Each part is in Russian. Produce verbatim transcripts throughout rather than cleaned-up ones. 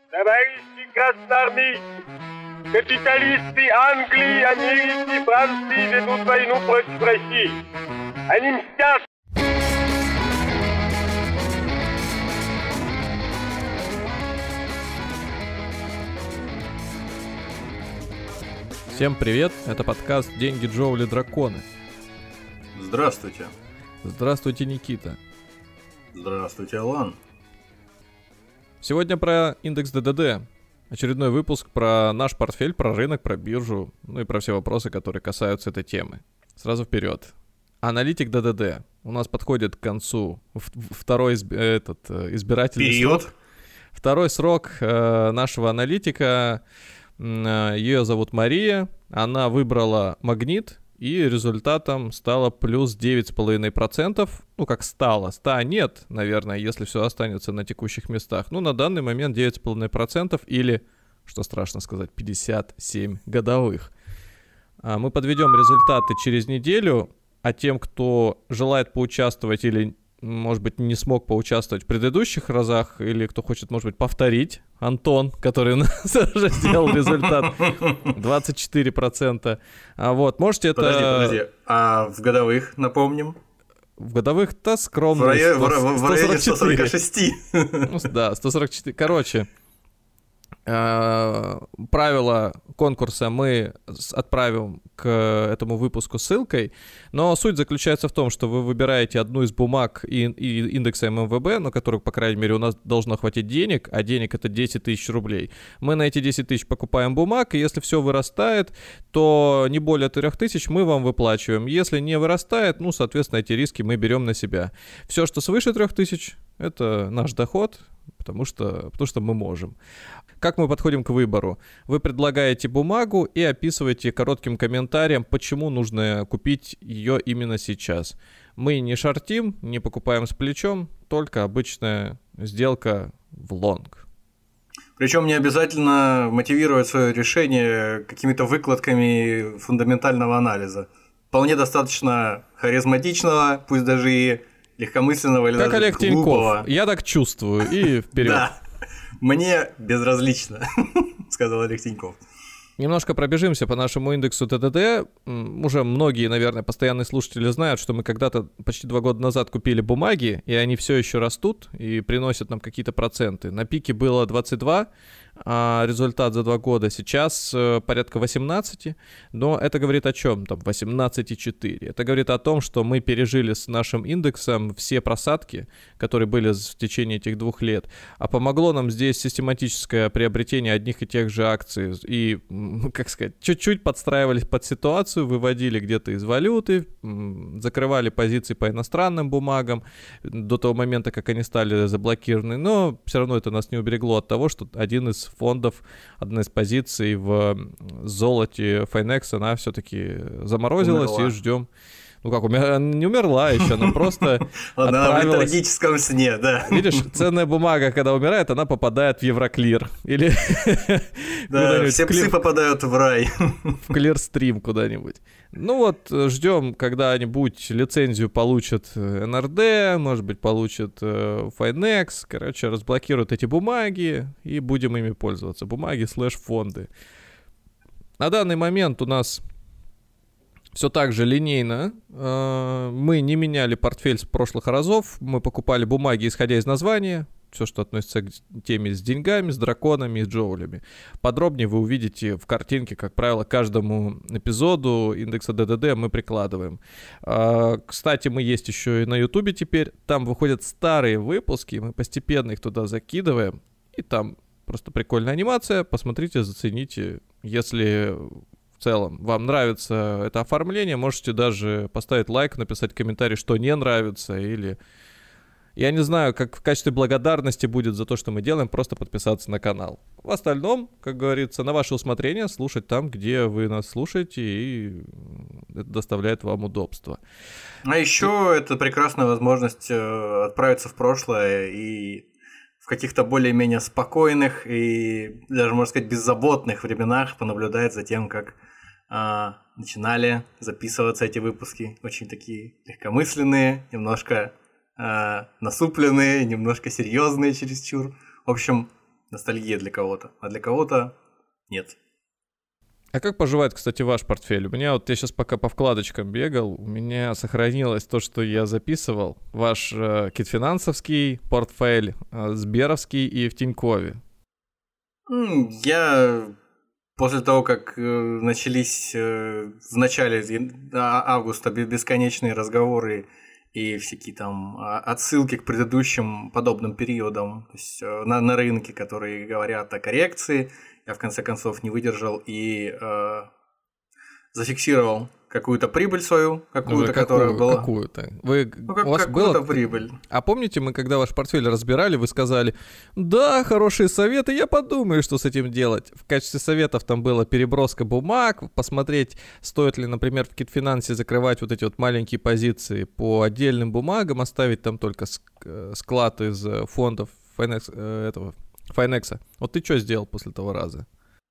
Товарищи красноармейцы, капиталисты Англии, Америки, Франции ведут войну против России. Они мстят. Всем привет, это подкаст «Деньги, Джоули, драконы». Здравствуйте. Здравствуйте, Никита. Здравствуйте, Алан. Сегодня про индекс ДДД. Очередной выпуск про наш портфель, про рынок, про биржу, ну и про все вопросы, которые касаются этой темы. Сразу вперед. Аналитик ДДД у нас подходит к концу. Второй изб... этот, избирательный период. срок. Второй срок э, нашего аналитика. Ее зовут Мария. Она выбрала Магнит. И результатом стало плюс девять целых пять десятых процента. Ну, как стало. ста нет, наверное, если все останется на текущих местах. Ну, на данный момент девять целых пять десятых процента или, что страшно сказать, пятьдесят семь годовых. Мы подведем результаты через неделю. А тем, кто желает поучаствовать или, может быть, не смог поучаствовать в предыдущих разах, или кто хочет, может быть, повторить, Антон, который у нас уже сделал результат двадцать четыре процента. А вот, можете это... Подожди, подожди. А в годовых, напомним? В годовых-то скромно. В, районе, в, в районе сто сорок шесть. Ну, да, сто сорок четыре. Короче, э, правила конкурса мы отправим к этому выпуску ссылкой, но суть заключается в том, что вы выбираете одну из бумаг и, и индекса эм эм вэ бэ, на которую, по крайней мере, у нас должно хватить денег, а денег это десять тысяч рублей. Мы на эти десять тысяч покупаем бумаг, и если все вырастает, то не более трех тысяч мы вам выплачиваем. Если не вырастает, ну, соответственно, эти риски мы берем на себя. Все, что свыше трех тысяч, это наш доход, потому что, потому что мы можем. Как мы подходим к выбору? Вы предлагаете бумагу и описываете коротким комментарием, почему нужно купить ее именно сейчас. Мы не шортим, не покупаем с плечом, только обычная сделка в лонг. Причем не обязательно мотивировать свое решение какими-то выкладками фундаментального анализа. Вполне достаточно харизматичного, пусть даже и легкомысленного или как даже Олег глупого. Тиньков. Я так чувствую. И вперед. Да. Мне безразлично, сказал Олег Тиньков. Немножко пробежимся по нашему индексу ТДД. Уже многие, наверное, постоянные слушатели знают, что мы когда-то почти два года назад купили бумаги, и они все еще растут и приносят нам какие-то проценты. На пике было двадцать два, а результат за два года сейчас порядка восемнадцать. Но это говорит о чем? Там восемнадцать целых четыре десятых. Это говорит о том, что мы пережили с нашим индексом все просадки, которые были в течение этих двух лет. А помогло нам здесь систематическое приобретение одних и тех же акций. И, как сказать, чуть-чуть подстраивались под ситуацию, выводили где-то из валюты, закрывали позиции по иностранным бумагам до того момента, как они стали заблокированы. Но все равно это нас не уберегло от того, что один из фондов, одна из позиций в золоте Finex, она все-таки заморозилась, умерла. И ждем. Ну как, умер... не умерла еще, она просто она в летаргическом сне, да. Видишь, ценная бумага, когда умирает, она попадает в Евроклир. Или да, все псы попадают в рай. В Клирстрим куда-нибудь. Ну вот, ждем, когда-нибудь лицензию получат эн эр дэ, может быть, получат Finex. Короче, разблокируют эти бумаги, и будем ими пользоваться. Бумаги слэш-фонды. На данный момент у нас все так же линейно. Мы не меняли портфель с прошлых разов. Мы покупали бумаги, исходя из названия. Все, что относится к теме с деньгами, с драконами и с джоулями. Подробнее вы увидите в картинке, как правило, каждому эпизоду индекса ДДД мы прикладываем. Кстати, мы есть еще и на Ютубе теперь. Там выходят старые выпуски, мы постепенно их туда закидываем. И там просто прикольная анимация. Посмотрите, зацените. Если в целом вам нравится это оформление, можете даже поставить лайк, написать комментарий, что не нравится, или... Я не знаю, как в качестве благодарности будет за то, что мы делаем, просто подписаться на канал. В остальном, как говорится, на ваше усмотрение слушать там, где вы нас слушаете, и это доставляет вам удобство. А еще это прекрасная возможность отправиться в прошлое и в каких-то более-менее спокойных и даже, можно сказать, беззаботных временах понаблюдать за тем, как а, начинали записываться эти выпуски. Очень такие легкомысленные, немножко... насупленные, немножко серьезные чересчур. В общем, ностальгия для кого-то, а для кого-то нет. А как поживает, кстати, ваш портфель? У меня вот, я сейчас пока по вкладочкам бегал, у меня сохранилось то, что я записывал. Ваш э, китфинансовский портфель, э, Сберовский и в Тинькове. Я после того, как э, начались э, в начале августа бесконечные разговоры и всякие там отсылки к предыдущим подобным периодам, то есть э, на, на рынке, которые говорят о коррекции, я в конце концов не выдержал и э, зафиксировал какую-то прибыль свою, какую-то, какую, которая была. Какую-то. Вы, ну, как, у вас какую-то было... прибыль. А помните, мы когда ваш портфель разбирали, вы сказали, да, хорошие советы, я подумаю, что с этим делать. В качестве советов там была переброска бумаг, посмотреть, стоит ли, например, в Китфинансе закрывать вот эти вот маленькие позиции по отдельным бумагам, оставить там только склад из фондов Finex, этого, Finex. Вот ты что сделал после того раза?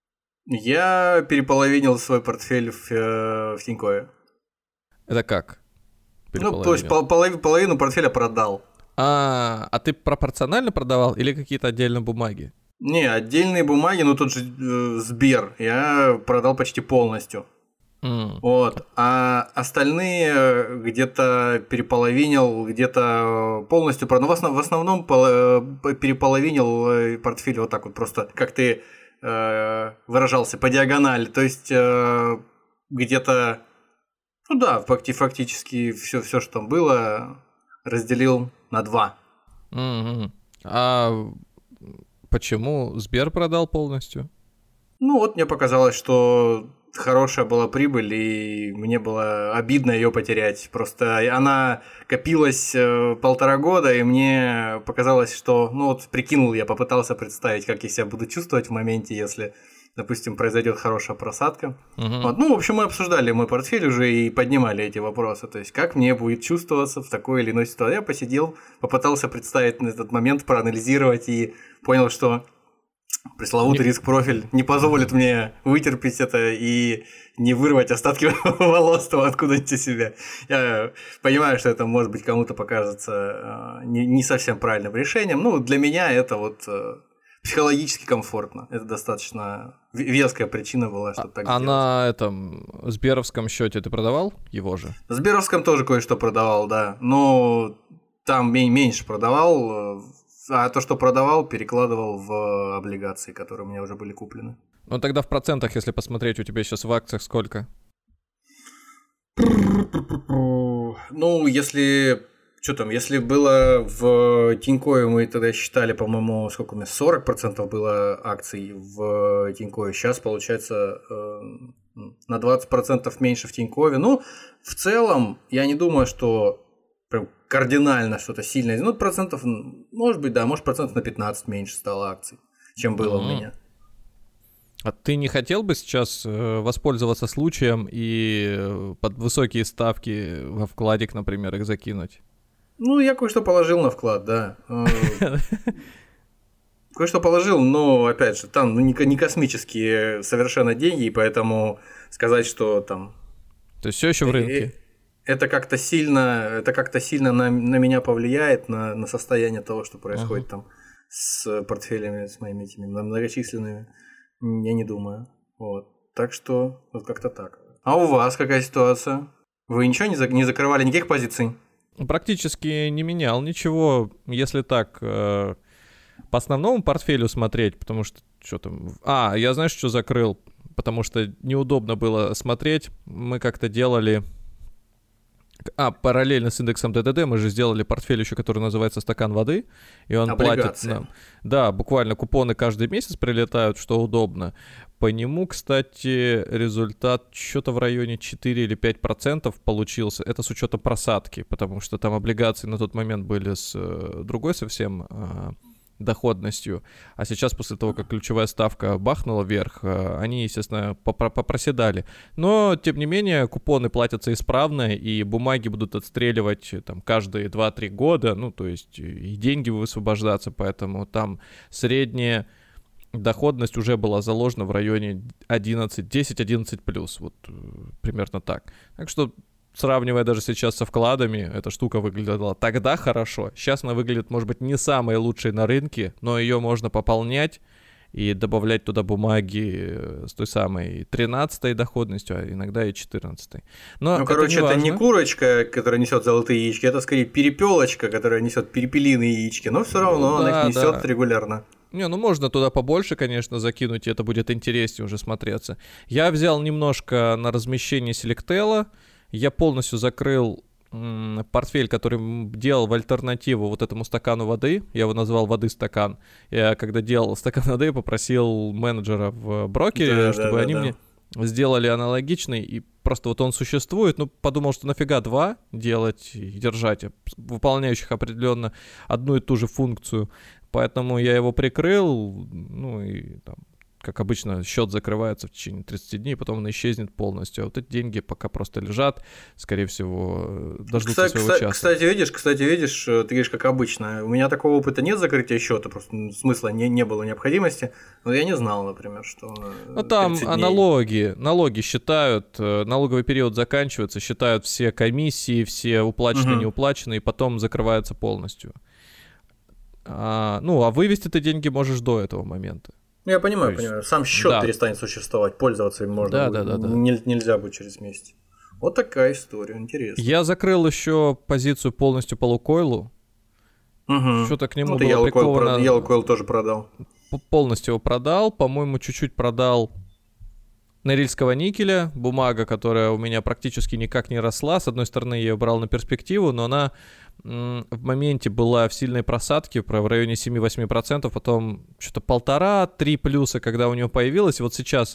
Я переполовинил свой портфель в, э, в Тинькове. Это как? Ну, то есть пол- половину, половину портфеля продал. А, а ты пропорционально продавал или какие-то отдельные бумаги? Не, отдельные бумаги, ну тот же э, Сбер, я продал почти полностью. Mm. Вот. А остальные где-то переполовинил, где-то полностью продал. В, основ- в основном пол- переполовинил портфель вот так вот просто, как ты э, выражался, по диагонали. То есть э, где-то, ну да, фактически все, все, что там было, разделил на два. Mm-hmm. А почему Сбер продал полностью? Ну вот мне показалось, что хорошая была прибыль, и мне было обидно ее потерять. Просто она копилась полтора года, и мне показалось, что, ну вот прикинул я, попытался представить, как я себя буду чувствовать в моменте, если, допустим, произойдет хорошая просадка. Uh-huh. Вот. Ну, в общем, мы обсуждали мой портфель уже и поднимали эти вопросы. То есть, как мне будет чувствоваться в такой или иной ситуации. Я посидел, попытался представить на этот момент, проанализировать и понял, что пресловутый риск-профиль не позволит мне вытерпеть это и не вырвать остатки волос там откуда-нибудь из себя. Я понимаю, что это, может быть, кому-то покажется не, не совсем правильным решением. Ну, для меня это вот психологически комфортно. Это достаточно веская причина была, чтобы так а сделать. А на этом Сберовском счете ты продавал его же? На Сберовском тоже кое-что продавал, да. Но там меньше продавал. А то, что продавал, перекладывал в облигации, которые у меня уже были куплены. Ну тогда в процентах, если посмотреть, у тебя сейчас в акциях сколько? Ну, если... Что там, если было в Тинькове, мы тогда считали, по-моему, сколько у меня, сорок процентов было акций в Тинькове. Сейчас, получается, на двадцать процентов меньше в Тинькове. Ну, в целом, я не думаю, что прям кардинально что-то сильное. Ну, процентов, может быть, да, может, процентов на пятнадцать меньше стало акций, чем было mm-hmm. у меня. А ты не хотел бы сейчас э, воспользоваться случаем и э, под высокие ставки во вкладик, например, их закинуть? Ну, я кое-что положил на вклад, да. Кое-что положил, но, опять же, там ну, не космические совершенно деньги, и поэтому сказать, что там... То есть все еще в рынке? Это как-то сильно, это как-то сильно на, на меня повлияет, на, на состояние того, что происходит uh-huh. там с портфелями, с моими этими многочисленными, я не думаю. Вот. Так что вот как-то так. А у вас какая ситуация? Вы ничего не, за, не закрывали, никаких позиций? Практически не менял ничего, если так, э, по основному портфелю смотреть, потому что что там... А, я знаешь, что закрыл? Потому что неудобно было смотреть. Мы как-то делали... А, параллельно с индексом ди ди ди мы же сделали портфель еще, который называется «Стакан воды», и он облигации. Платит нам... Да, буквально купоны каждый месяц прилетают, что удобно. По нему, кстати, результат что-то в районе четыре или пять процентов получился. Это с учетом просадки, потому что там облигации на тот момент были с другой совсем э, доходностью. А сейчас, после того, как ключевая ставка бахнула вверх, э, они, естественно, попроседали. Но, тем не менее, купоны платятся исправно, и бумаги будут отстреливать там, каждые два-три года. Ну, то есть и деньги высвобождаться, поэтому там среднее... доходность уже была заложена в районе одиннадцать, десять-одиннадцать плюс, вот примерно так. Так что, сравнивая даже сейчас со вкладами, эта штука выглядела тогда хорошо. Сейчас она выглядит, может быть, не самой лучшей на рынке, но ее можно пополнять, и добавлять туда бумаги с той самой тринадцатой доходностью, а иногда и четырнадцатой. Но ну, это короче, не это важно. не курочка, которая несет золотые яички, это скорее перепелочка, которая несет перепелиные яички, но все равно Ну, она да, их несет да. регулярно. Не, ну можно туда побольше, конечно, закинуть, и это будет интереснее уже смотреться. Я взял немножко на размещение Selectel, я полностью закрыл м, портфель, который делал в альтернативу вот этому стакану воды, я его назвал воды-стакан. Я когда делал стакан воды, попросил менеджера в брокере, Да, чтобы да, они да, мне да. сделали аналогичный, и просто вот он существует, ну подумал, что нафига два делать и держать, выполняющих определенно одну и ту же функцию. Поэтому я его прикрыл, ну и там, как обычно, счет закрывается в течение тридцати дней, потом он исчезнет полностью. А вот эти деньги пока просто лежат, скорее всего, дождутся Кстати, своего кстати, часа. Кстати, видишь, кстати, видишь, ты говоришь, как обычно. У меня такого опыта нет закрытия счета, просто смысла не, не было необходимости. Но я не знал, например, что. Ну там тридцать дней. налоги, налоги считают, налоговый период заканчивается, считают все комиссии, все уплаченные, Угу. неуплаченные, и потом закрываются полностью. А, ну, а вывести ты деньги можешь до этого момента. Ну, я понимаю, То есть- понимаю. Сам счет да. перестанет существовать, пользоваться им можно Да, будет. да, да, да. Не- нельзя будет через месяц. Вот такая история, интересно. Я закрыл еще позицию полностью по Лукойлу. Угу. Что-то к нему Вот и я было Лукойл, приковано. прод- я Лукойл тоже продал. П- Полностью его продал. По-моему, чуть-чуть продал Норильского никеля. Бумага, которая у меня практически никак не росла. С одной стороны, я ее брал на перспективу, но она м, в моменте была в сильной просадке, про- в районе семь-восемь процентов, потом что-то полтора-три плюса, когда у него появилось. И вот сейчас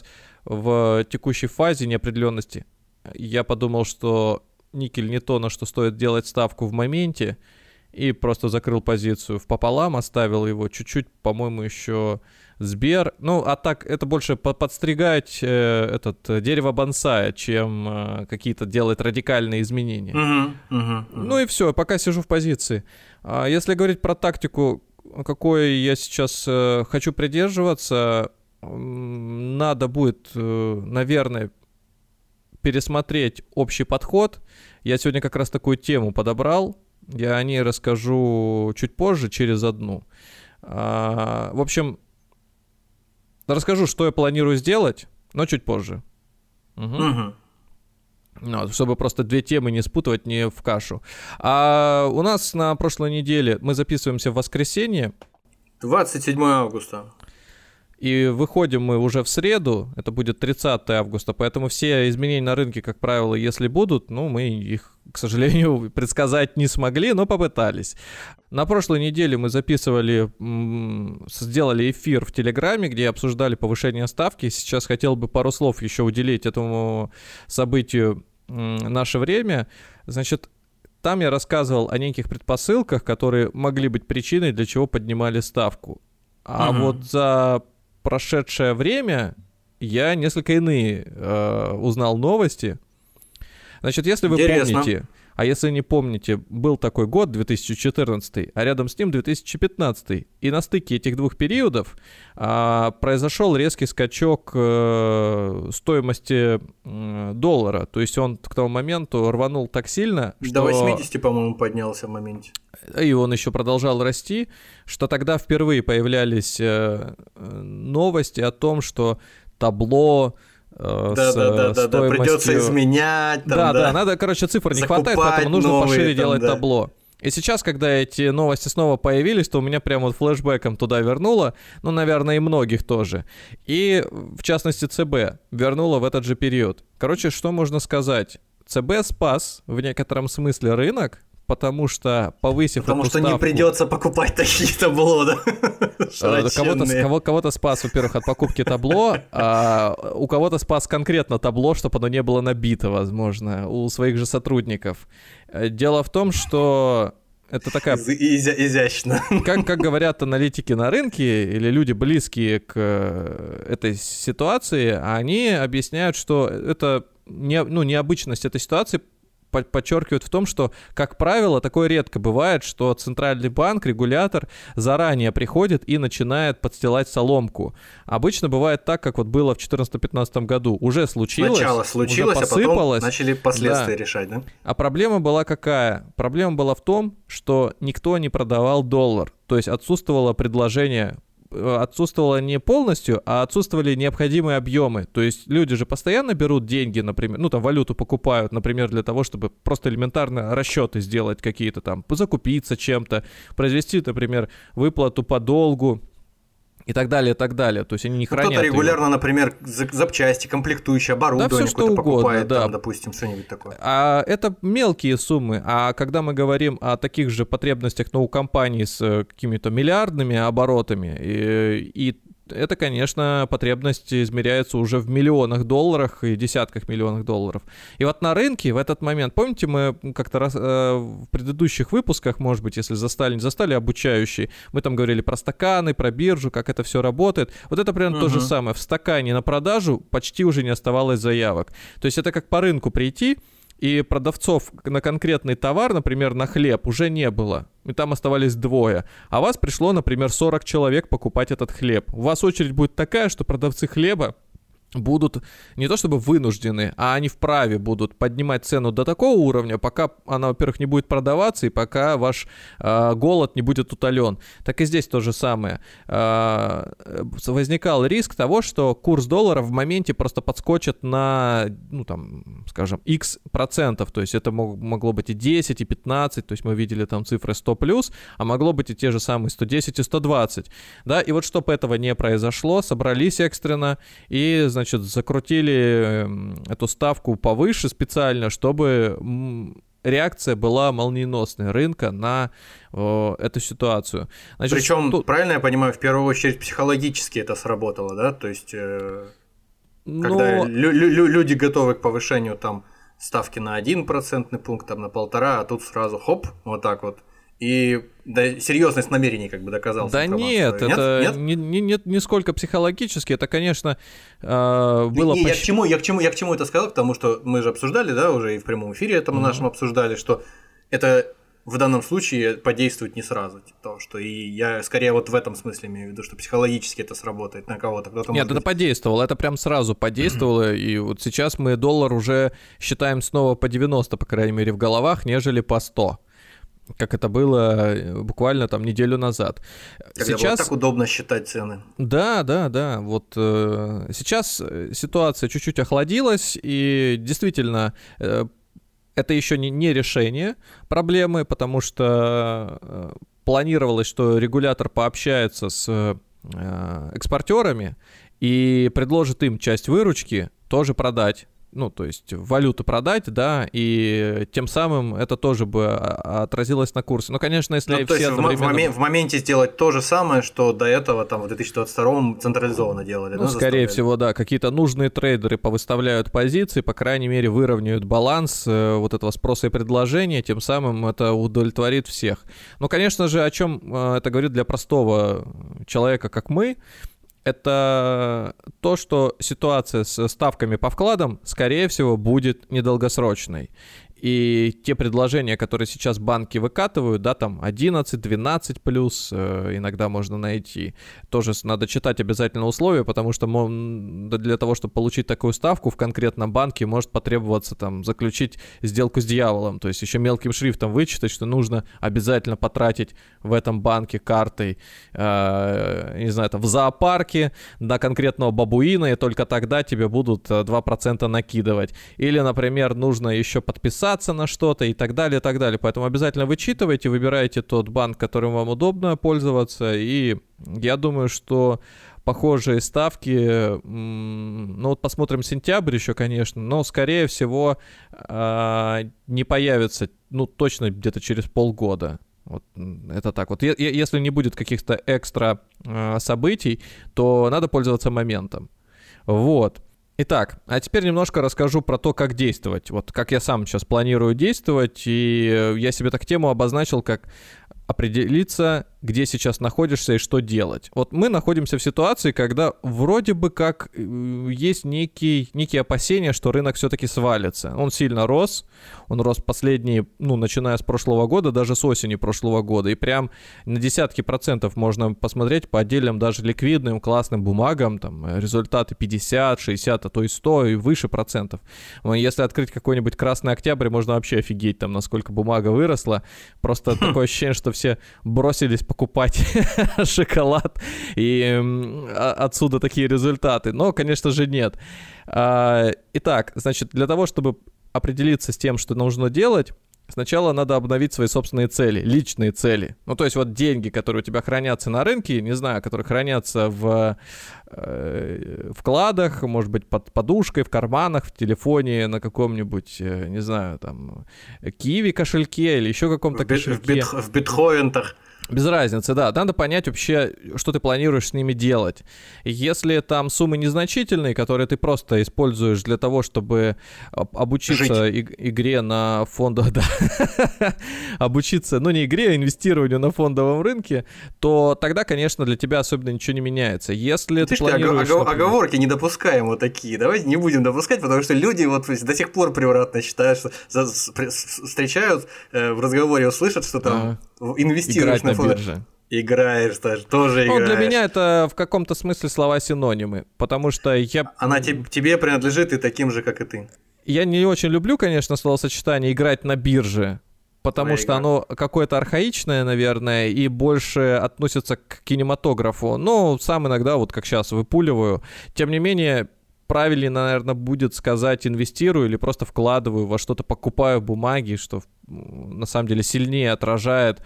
в текущей фазе неопределенности я подумал, что никель не то, на что стоит делать ставку в моменте, и просто закрыл позицию в пополам, оставил его чуть-чуть, по-моему, еще Сбер. Ну, а так это больше по- подстригать э, этот э, дерево бонсая, чем э, какие-то делать радикальные изменения. Угу, угу, Ну и все, пока сижу в позиции. А если говорить про тактику, какой я сейчас э, хочу придерживаться, м, надо будет, э, наверное, пересмотреть общий подход. Я сегодня как раз такую тему подобрал. Я о ней расскажу чуть позже, через одну. А, в общем, расскажу, что я планирую сделать, но чуть позже. Угу. угу. Ну, чтобы просто две темы не спутывать, не в кашу. А у нас на прошлой неделе мы записываемся в воскресенье, двадцать седьмого августа. и выходим мы уже в среду, это будет тридцатого августа, поэтому все изменения на рынке, как правило, если будут, ну, мы их, к сожалению, предсказать не смогли, но попытались. На прошлой неделе мы записывали, м, сделали эфир в Телеграме, где обсуждали повышение ставки. Сейчас хотел бы пару слов еще уделить этому событию м, наше время. Значит, там я рассказывал о неких предпосылках, которые могли быть причиной, для чего поднимали ставку. А Мгм. вот за прошедшее время я несколько иные э, узнал новости. Значит, если вы Интересно. помните, а если не помните, был такой год, две тысячи четырнадцатый, а рядом с ним две тысячи пятнадцатый. И на стыке этих двух периодов а, произошел резкий скачок э, стоимости э, доллара. То есть он к тому моменту рванул так сильно, что... До восьмидесяти, по-моему, поднялся в моменте. И он еще продолжал расти, что тогда впервые появлялись э, э, новости о том, что табло э, Да, с да, да, э, да, да, стоимостью... придется изменять. Там, Да, да, да, надо, короче, цифр не Закупать хватает, поэтому нужно новые пошире там, делать да. табло. И сейчас, когда эти новости снова появились, то у меня прям вот флешбэком туда вернуло, ну, наверное, и многих тоже. И, в частности, ЦБ вернуло в этот же период. Короче, что можно сказать? ЦБ спас в некотором смысле рынок, потому что, повысив Потому эту что не ставку- придется покупать такие табло, да? Э, Кого-то, Широченные. кого, кого-то спас, во-первых, от покупки табло, а у кого-то спас конкретно табло, чтобы оно не было набито, возможно, у своих же сотрудников. Э, Дело в том, что это такая, Из- изя- Изящно. как, как говорят аналитики на рынке или люди, близкие к э, этой ситуации, они объясняют, что это не, ну, необычность этой ситуации по- подчеркивают в том, что, как правило, такое редко бывает, что центральный банк, регулятор заранее приходит и начинает подстилать соломку. Обычно бывает так, как вот было в четырнадцатом-пятнадцатом году. Уже случилось, Сначала случилось, уже а потом посыпалось. начали последствия Да. решать, да? А проблема была какая? Проблема была в том, что никто не продавал доллар. То есть отсутствовало предложение отсутствовала не полностью, а отсутствовали необходимые объемы. То есть люди же постоянно берут деньги, например, ну там валюту покупают, например, для того, чтобы просто элементарно расчеты сделать какие-то там, закупиться чем-то, произвести, например, выплату по долгу. И так далее, и так далее. То есть они не ну, хранят кто-то регулярно, ее. Например, запчасти, комплектующие, оборудование да, все, что какое-то угодно, покупает, да. там, допустим, что-нибудь такое. А это мелкие суммы. А когда мы говорим о таких же потребностях, но у компаний с какими-то миллиардными оборотами, и, и это, конечно, потребность измеряется уже в миллионах долларов и десятках миллионов долларов. И вот на рынке в этот момент, помните, мы как-то раз, э, в предыдущих выпусках, может быть, если застали, не застали, обучающие, мы там говорили про стаканы, про биржу, как это все работает. Вот это примерно uh-huh. то же самое. В стакане на продажу почти уже не оставалось заявок. То есть это как по рынку прийти, и продавцов на конкретный товар, например, на хлеб, уже не было. И там оставались двое. А вас пришло, например, сорок человек покупать этот хлеб. У вас очередь будет такая, что продавцы хлеба будут не то чтобы вынуждены, а они вправе будут поднимать цену до такого уровня, пока она, во-первых, не будет продаваться и пока ваш э, голод не будет утолен. Так и здесь то же самое. Э, возникал риск того, что курс доллара в моменте просто подскочит на, ну там, скажем, X процентов, то есть это мог, могло быть и десять, и пятнадцать, то есть мы видели там цифры сто плюс, а могло быть и те же самые сто десять и сто двадцать, да, и вот чтобы этого не произошло, собрались экстренно и, значит, Значит, закрутили эту ставку повыше специально, чтобы реакция была молниеносной рынка на э, эту ситуацию. Значит, Причем, тут... правильно я понимаю, в первую очередь психологически это сработало, да? То есть, э, Но... когда лю- лю- люди готовы к повышению там ставки на один процентный пункт, там на полтора, а тут сразу хоп, вот так вот. И да, серьезность намерений как бы доказалась. Да нет, нет, это нет? Не, не, не, не сколько психологически, это, конечно, э, было... Не, не, я, к чему, я, к чему, я к чему это сказал, потому что мы же обсуждали, да, уже и в прямом эфире это мы mm-hmm. нашем обсуждали, что это в данном случае подействует не сразу. То, что и я скорее вот в этом смысле имею в виду, что психологически это сработает на кого-то. Кто-то Нет, это быть... подействовало, это прям сразу подействовало, и вот сейчас мы доллар уже считаем снова по девяносто, по крайней мере, в головах, нежели по сто. Как это было буквально там неделю назад. Когда сейчас... было так удобно считать цены. Да, да, да. Вот э, сейчас ситуация чуть-чуть охладилась, и действительно э, это еще не, не решение проблемы, потому что э, планировалось, что регулятор пообщается с э, экспортерами и предложит им часть выручки тоже продать. Ну, то есть валюту продать, да, и тем самым это тоже бы отразилось на курсе. Ну, конечно, если ну, все есть одновременно... в, момен- в моменте сделать то же самое, что до этого там в две тысячи двадцать втором централизованно делали. Ну, да, скорее всего, да. Какие-то нужные трейдеры повыставляют позиции, по крайней мере, выровняют баланс э, вот этого спроса и предложения, тем самым это удовлетворит всех. Ну, конечно же, о чем э, это говорит для простого человека, как мы, это то, что ситуация с ставками по вкладам, скорее всего, будет недолгосрочной. И те предложения, которые сейчас банки выкатывают, да, там одиннадцать, двенадцать плюс, э, иногда можно найти. Тоже надо читать обязательно условия, потому что для того, чтобы получить такую ставку в конкретном банке, может потребоваться там заключить сделку с дьяволом. То есть еще мелким шрифтом вычитать, что нужно обязательно потратить в этом банке картой, э, не знаю, там в зоопарке на конкретного бабуина, и только тогда тебе будут два процента накидывать. Или, например, нужно еще подписаться на что-то и так далее, и так далее. Поэтому обязательно вычитывайте, выбирайте тот банк, которым вам удобно пользоваться, и я думаю, что похожие ставки, ну вот посмотрим сентябрь еще, конечно, но скорее всего не появятся, ну точно где-то через полгода. Вот это так вот. Если не будет каких-то экстра событий, то надо пользоваться моментом. Вот. Итак, а теперь немножко расскажу про то, как действовать. Вот как я сам сейчас планирую действовать, и я себе так тему обозначил, как определиться, где сейчас находишься и что делать. Вот мы находимся в ситуации, когда вроде бы как есть некий, некие опасения, что рынок все-таки свалится. Он сильно рос, он рос последние, ну, начиная с прошлого года, даже с осени прошлого года, и прям на десятки процентов можно посмотреть по отдельным даже ликвидным классным бумагам, там результаты пятьдесят, шестьдесят, а то и сто, и выше процентов. Если открыть какой-нибудь красный октябрь, можно вообще офигеть, там, насколько бумага выросла. Просто такое ощущение, что все бросились покупать шоколад, и отсюда такие результаты. Но, конечно же, нет. Итак, значит, для того, чтобы определиться с тем, что нужно делать, сначала надо обновить свои собственные цели, личные цели. Ну, то есть вот деньги, которые у тебя хранятся на рынке, не знаю, которые хранятся в э, вкладах, может быть, под подушкой, в карманах, в телефоне, на каком-нибудь, э, не знаю, там, Киви кошельке или еще каком-то в бит, кошельке. В, бит, в биткоинах. Без разницы, да. Надо понять вообще, что ты планируешь с ними делать. Если там суммы незначительные, которые ты просто используешь для того, чтобы обучиться иг- игре на фондовом... Да. обучиться, ну не игре, а инвестированию на фондовом рынке, то тогда, конечно, для тебя особенно ничего не меняется. Если ты, ты планируешь... Ог- например... Оговорки не допускаем вот такие. Давайте не будем допускать, потому что люди вот до сих пор превратно считают, что за... встречают э, в разговоре, услышат, что там а, инвестируешь на бирже. Играешь тоже, тоже играешь. Ну, для меня это в каком-то смысле слова-синонимы, потому что я... Она te- тебе принадлежит и таким же, как и ты. Я не очень люблю, конечно, словосочетание «играть на бирже», потому Твоя что игра. Оно какое-то архаичное, наверное, и больше относится к кинематографу. Но сам иногда, вот как сейчас, выпуливаю. Тем не менее, правильнее, наверное, будет сказать «инвестирую» или просто вкладываю во что-то, покупаю бумаги, что на самом деле сильнее отражает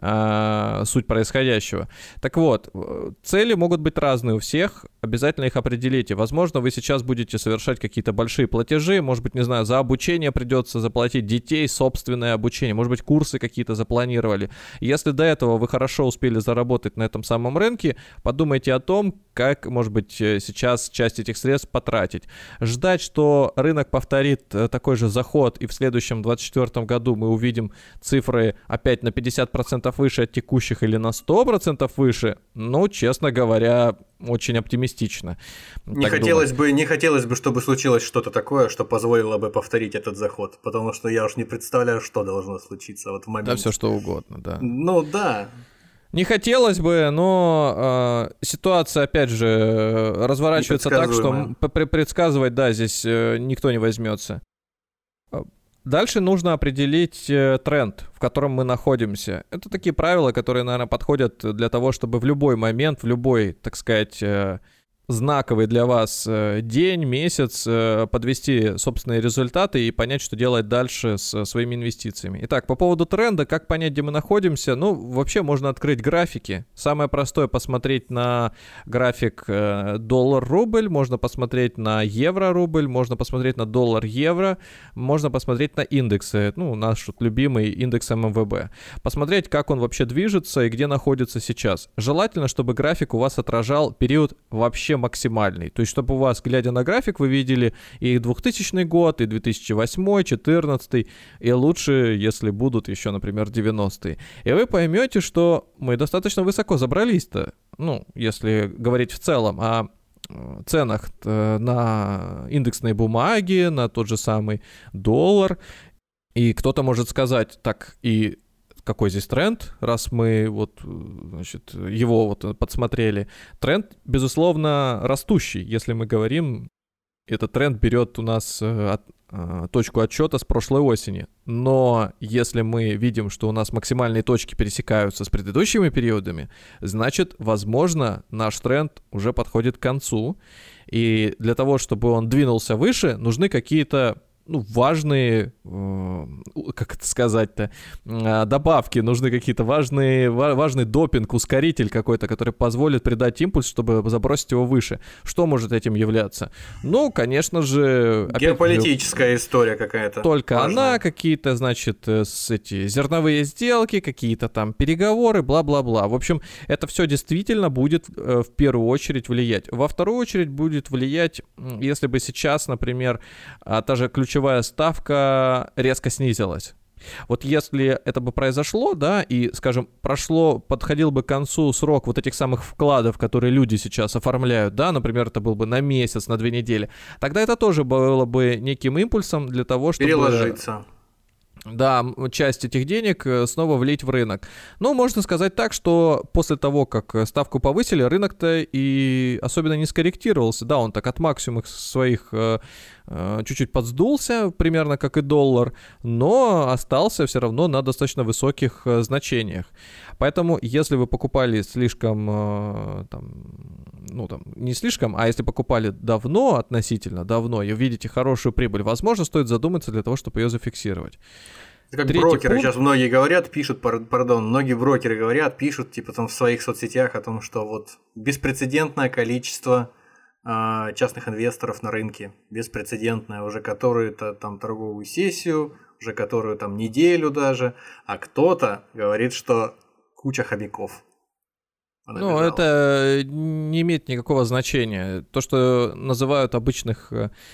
э, суть происходящего. Так вот, цели могут быть разные у всех, обязательно их определите. Возможно, вы сейчас будете совершать какие-то большие платежи, может быть, не знаю, за обучение придется заплатить детей, собственное обучение, может быть, курсы какие-то запланировали. Если до этого вы хорошо успели заработать на этом самом рынке, подумайте о том, как, может быть, сейчас часть этих средств потратить. Ждать, что рынок повторит такой же заход, и в следующем двадцать четвёртом году мы увидим цифры опять на пятьдесят процентов выше от текущих или на сто процентов выше, ну, честно говоря, очень оптимистично. Не хотелось бы, не хотелось бы, чтобы случилось что-то такое, что позволило бы повторить этот заход, потому что я уж не представляю, что должно случиться вот в моменте. Да, все что угодно, да. Ну, да. Не хотелось бы, но э, ситуация, опять же, разворачивается так, что предсказывать, да, здесь э, никто не возьмется. Дальше нужно определить э, тренд, в котором мы находимся. Это такие правила, которые, наверное, подходят для того, чтобы в любой момент, в любой, так сказать, э, знаковый для вас э, день, месяц э, подвести собственные результаты и понять, что делать дальше с своими инвестициями. Итак, по поводу тренда, как понять, где мы находимся? Ну, вообще можно открыть графики. Самое простое — посмотреть на график э, доллар-рубль, можно посмотреть на евро-рубль, можно посмотреть на доллар-евро, можно посмотреть на индексы, ну, наш вот любимый индекс эм эм вэ бэ. Посмотреть, как он вообще движется и где находится сейчас. Желательно, чтобы график у вас отражал период вообще максимальный. То есть, чтобы у вас, глядя на график, вы видели и двухтысячный год, и две тысячи восьмой, две тысячи четырнадцатый, и лучше, если будут еще, например, девяностые. И вы поймете, что мы достаточно высоко забрались-то, ну, если говорить в целом о ценах на индексные бумаги, на тот же самый доллар. И кто-то может сказать, так, и какой здесь тренд, раз мы вот, значит, его вот подсмотрели. Тренд, безусловно, растущий. Если мы говорим, этот тренд берет у нас от, точку отсчета с прошлой осени. Но если мы видим, что у нас максимальные точки пересекаются с предыдущими периодами, значит, возможно, наш тренд уже подходит к концу. И для того, чтобы он двинулся выше, нужны какие-то ну, важные, э, как это сказать-то, э, добавки, нужны какие-то важные, ва- важный допинг, ускоритель какой-то, который позволит придать импульс, чтобы забросить его выше. Что может этим являться? Ну, конечно же... Геополитическая опять, история какая-то. Только важная. Она, какие-то, значит, с эти зерновые сделки, какие-то там переговоры, бла-бла-бла. В общем, это все действительно будет э, в первую очередь влиять. Во вторую очередь будет влиять, если бы сейчас, например, э, та же ключевая ставка резко снизилась. Вот если это бы произошло, да, и, скажем, прошло, подходил бы к концу срок вот этих самых вкладов, которые люди сейчас оформляют, да, например, это был бы на месяц, на две недели, тогда это тоже было бы неким импульсом для того, чтобы... Переложиться. Да, часть этих денег снова влить в рынок. Но можно сказать так, что после того, как ставку повысили, рынок-то и особенно не скорректировался. Да, он так от максимумов своих э, чуть-чуть подсдулся, примерно как и доллар, но остался все равно на достаточно высоких значениях. Поэтому, если вы покупали слишком, там, ну, там, не слишком, а если покупали давно, относительно давно, и видите хорошую прибыль, возможно, стоит задуматься для того, чтобы ее зафиксировать. Как Третий брокеры пункт... сейчас многие говорят, пишут, пардон, многие брокеры говорят, пишут, типа, там в своих соцсетях о том, что вот беспрецедентное количество э, частных инвесторов на рынке, беспрецедентное, уже которую-то там торговую сессию, уже которую там неделю даже, а кто-то говорит, что куча хомяков. Ну, это не имеет никакого значения. То, что называют обычных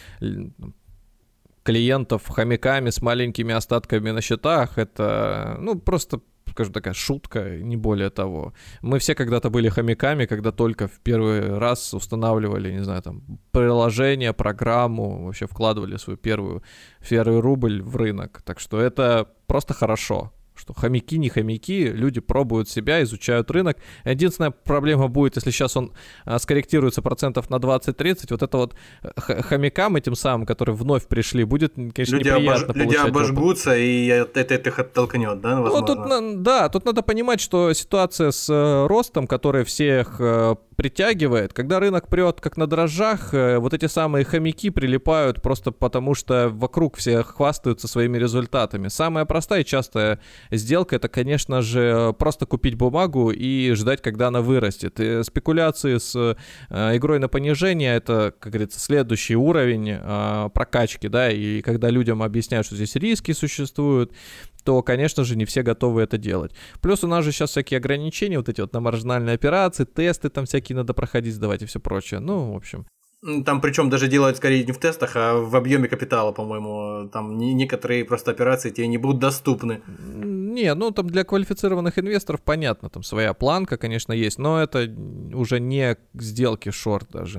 клиентов хомяками с маленькими остатками на счетах, это, ну, просто, скажем, такая шутка, не более того. Мы все когда-то были хомяками, когда только в первый раз устанавливали, не знаю, там, приложение, программу, вообще вкладывали свою первую, первый рубль в рынок. Так что это просто хорошо. Что хомяки, не хомяки, люди пробуют себя, изучают рынок. Единственная проблема будет, если сейчас он а, скорректируется процентов на двадцать-тридцать, вот это вот хомякам этим самым, которые вновь пришли, будет, конечно, люди неприятно обож... Люди обожгутся, опыт. И это, это их оттолкнет, да, возможно? Ну, тут, да, тут надо понимать, что ситуация с э, ростом, который всех э, притягивает, когда рынок прет как на дрожжах, э, вот эти самые хомяки прилипают просто потому, что вокруг все хвастаются своими результатами. Самая простая и частая сделка — это, конечно же, просто купить бумагу и ждать, когда она вырастет. И спекуляции с э, игрой на понижение — это, как говорится, следующий уровень э, прокачки, да, и когда людям объясняют, что здесь риски существуют, то, конечно же, не все готовы это делать. Плюс у нас же сейчас всякие ограничения, вот эти вот на маржинальные операции, тесты там всякие надо проходить, сдавать и все прочее. Ну, в общем... Там причем даже делают скорее не в тестах, а в объеме капитала, по-моему. Там некоторые просто операции тебе не будут доступны. Не, ну там для квалифицированных инвесторов понятно, там своя планка, конечно, есть, но это уже не сделки шорт даже.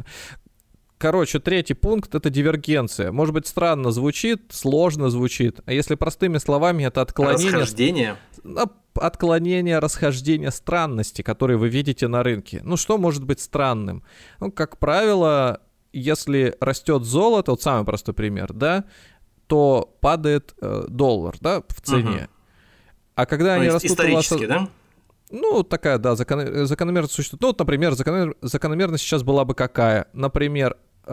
Короче, третий пункт — это дивергенция. Может быть, странно звучит, сложно звучит, а если простыми словами, это отклонение... Расхождение? Отклонение, расхождение, странности, которые вы видите на рынке. Ну, что может быть странным? Ну, как правило, если растет золото, вот самый простой пример, да, то падает э, доллар, да, в цене. Угу. А когда то они растут... Исторически, у вас... да? Ну, такая, да, закон... закономерность существует. Ну, вот, например, закономер... закономерность сейчас была бы какая? Например,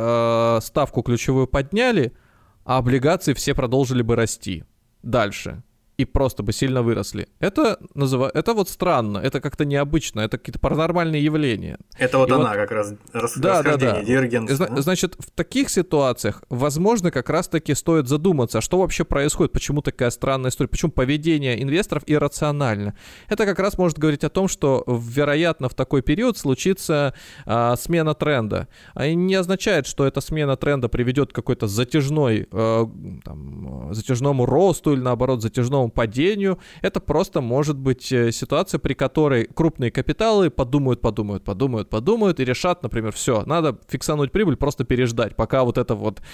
э, ставку ключевую подняли, а облигации все продолжили бы расти дальше. И просто бы сильно выросли. Это, назыв... это вот странно, это как-то необычно, это какие-то паранормальные явления. Это вот и она вот... как раз, рас... да, расхождение, да, да. дивергенция. Зна- да? Значит, в таких ситуациях, возможно, как раз-таки стоит задуматься, что вообще происходит, почему такая странная история, почему поведение инвесторов иррационально. Это как раз может говорить о том, что, вероятно, в такой период случится а, смена тренда. А не означает, что эта смена тренда приведет к какой-то затяжной, а, там, затяжному росту или, наоборот, затяжному падению. Это просто может быть ситуация, при которой крупные капиталы подумают, подумают, подумают, подумают и решат, например, все, надо фиксануть прибыль, просто переждать, пока вот это вот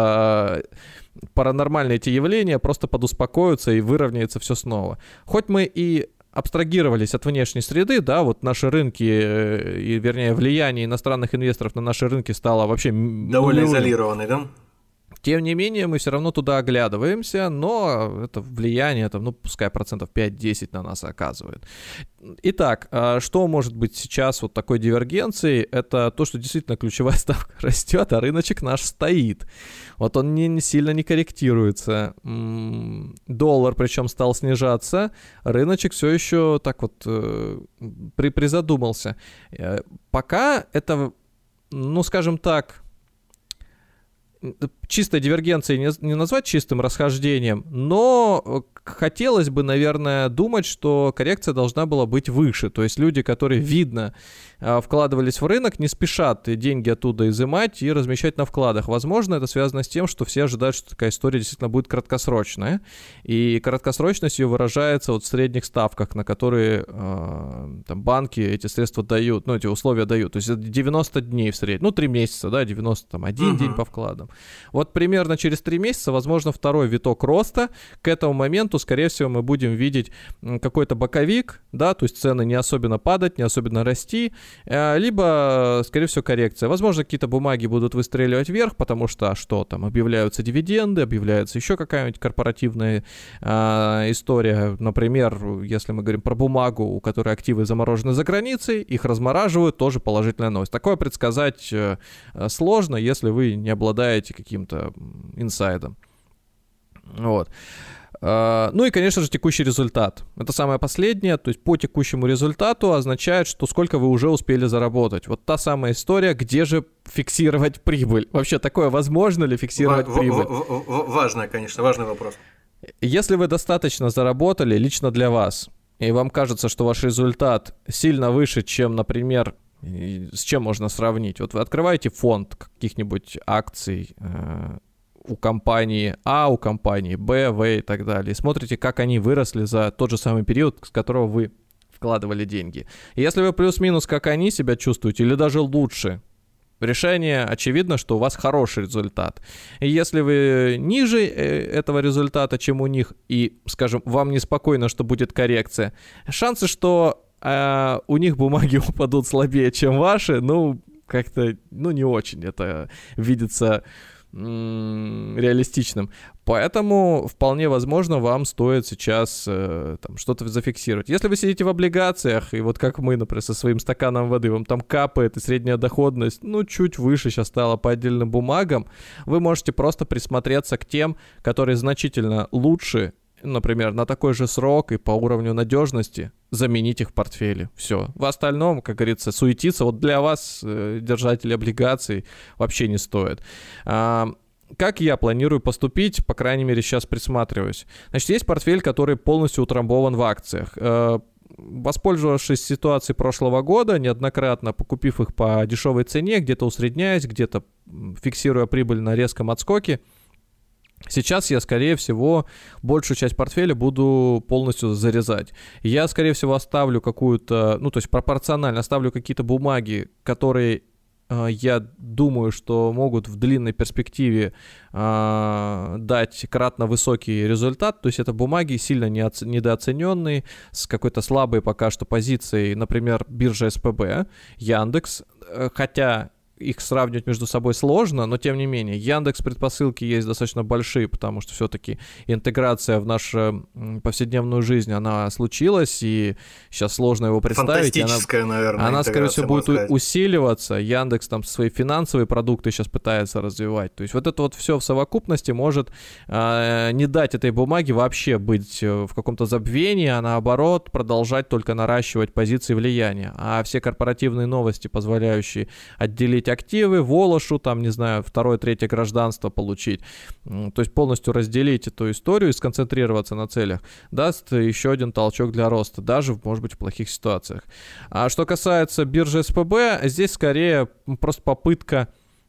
э, паранормальные эти явления просто подуспокоятся и выровняется все снова. Хоть мы и абстрагировались от внешней среды, да, вот наши рынки, и, вернее, влияние иностранных инвесторов на наши рынки стало вообще... довольно изолированной, да? Тем не менее, мы все равно туда оглядываемся, но это влияние, там, ну, пускай процентов пять-десять на нас оказывает. Итак, что может быть сейчас вот такой дивергенцией? Это то, что действительно ключевая ставка растет, а рыночек наш стоит. Вот он не, не сильно не корректируется. Доллар причем стал снижаться, рыночек все еще так вот при, призадумался. Пока это, ну, скажем так, чистой дивергенцией не, не назвать чистым расхождением, но хотелось бы, наверное, думать, что коррекция должна была быть выше. То есть люди, которые, видно, вкладывались в рынок, не спешат деньги оттуда изымать и размещать на вкладах. Возможно, это связано с тем, что все ожидают, что такая история действительно будет краткосрочная. И краткосрочность ее выражается вот в средних ставках, на которые э, там, банки эти средства дают, ну, эти условия дают. То есть девяносто дней в среднем, ну, три месяца, да, девяносто один uh-huh. день по вкладам. Вот примерно через три месяца, возможно, второй виток роста. К этому моменту скорее всего, мы будем видеть какой-то боковик, да, то есть цены не особенно падать, не особенно расти, либо, скорее всего, коррекция. Возможно, какие-то бумаги будут выстреливать вверх, потому что, а что там, объявляются дивиденды, объявляется еще какая-нибудь корпоративная а, история. Например, если мы говорим про бумагу, у которой активы заморожены за границей, их размораживают, тоже положительная новость. Такое предсказать э, сложно, если вы не обладаете каким-то инсайдом. Вот. Ну и, конечно же, текущий результат. Это самое последнее, то есть по текущему результату означает, что сколько вы уже успели заработать. Вот та самая история, где же фиксировать прибыль. Вообще такое возможно ли фиксировать в- прибыль? В- в- важное, конечно, важный вопрос. Если вы достаточно заработали лично для вас, и вам кажется, что ваш результат сильно выше, чем, например, с чем можно сравнить. Вот вы открываете фонд каких-нибудь акций, у компании А, у компании Б, В и так далее. И смотрите, как они выросли за тот же самый период, с которого вы вкладывали деньги. И если вы плюс-минус, как они себя чувствуете, или даже лучше, решение очевидно, что у вас хороший результат. И если вы ниже этого результата, чем у них, и, скажем, вам неспокойно, что будет коррекция, шансы, что э, у них бумаги упадут слабее, чем ваши, ну, как-то, ну, не очень это видится реалистичным. Поэтому вполне возможно вам стоит сейчас э, там, что-то зафиксировать. Если вы сидите в облигациях, и вот как мы, например, со своим стаканом воды, вам там капает, и средняя доходность, ну, чуть выше сейчас стала по отдельным бумагам, вы можете просто присмотреться к тем, которые значительно лучше, например, на такой же срок и по уровню надежности, заменить их в портфеле. Все. В остальном, как говорится, суетиться вот для вас, э, держателей облигаций, вообще не стоит. А, как я планирую поступить, по крайней мере, сейчас присматриваюсь. Значит, есть портфель, который полностью утрамбован в акциях. Э, воспользовавшись ситуацией прошлого года, неоднократно покупив их по дешевой цене, где-то усредняясь, где-то фиксируя прибыль на резком отскоке, сейчас я, скорее всего, большую часть портфеля буду полностью зарезать. Я, скорее всего, оставлю какую-то, ну, то есть пропорционально оставлю какие-то бумаги, которые э, я думаю, что могут в длинной перспективе э, дать кратно высокий результат. То есть это бумаги сильно неоц- недооцененные, с какой-то слабой пока что позицией, например, биржа СПБ, Яндекс, э, хотя... их сравнивать между собой сложно, но тем не менее, Яндекс предпосылки есть достаточно большие, потому что все-таки интеграция в нашу повседневную жизнь, она случилась, и сейчас сложно его представить. Фантастическая, она, наверное, она, скорее всего, будет сказать. усиливаться. Яндекс там свои финансовые продукты сейчас пытается развивать. То есть вот это вот все в совокупности может э, не дать этой бумаге вообще быть в каком-то забвении, а наоборот продолжать только наращивать позиции влияния. А все корпоративные новости, позволяющие отделить активы, Волошу, там, не знаю, второе, третье гражданство получить, то есть полностью разделить эту историю и сконцентрироваться на целях, даст еще один толчок для роста, даже, может быть, в плохих ситуациях. А что касается биржи СПБ, здесь скорее просто попытка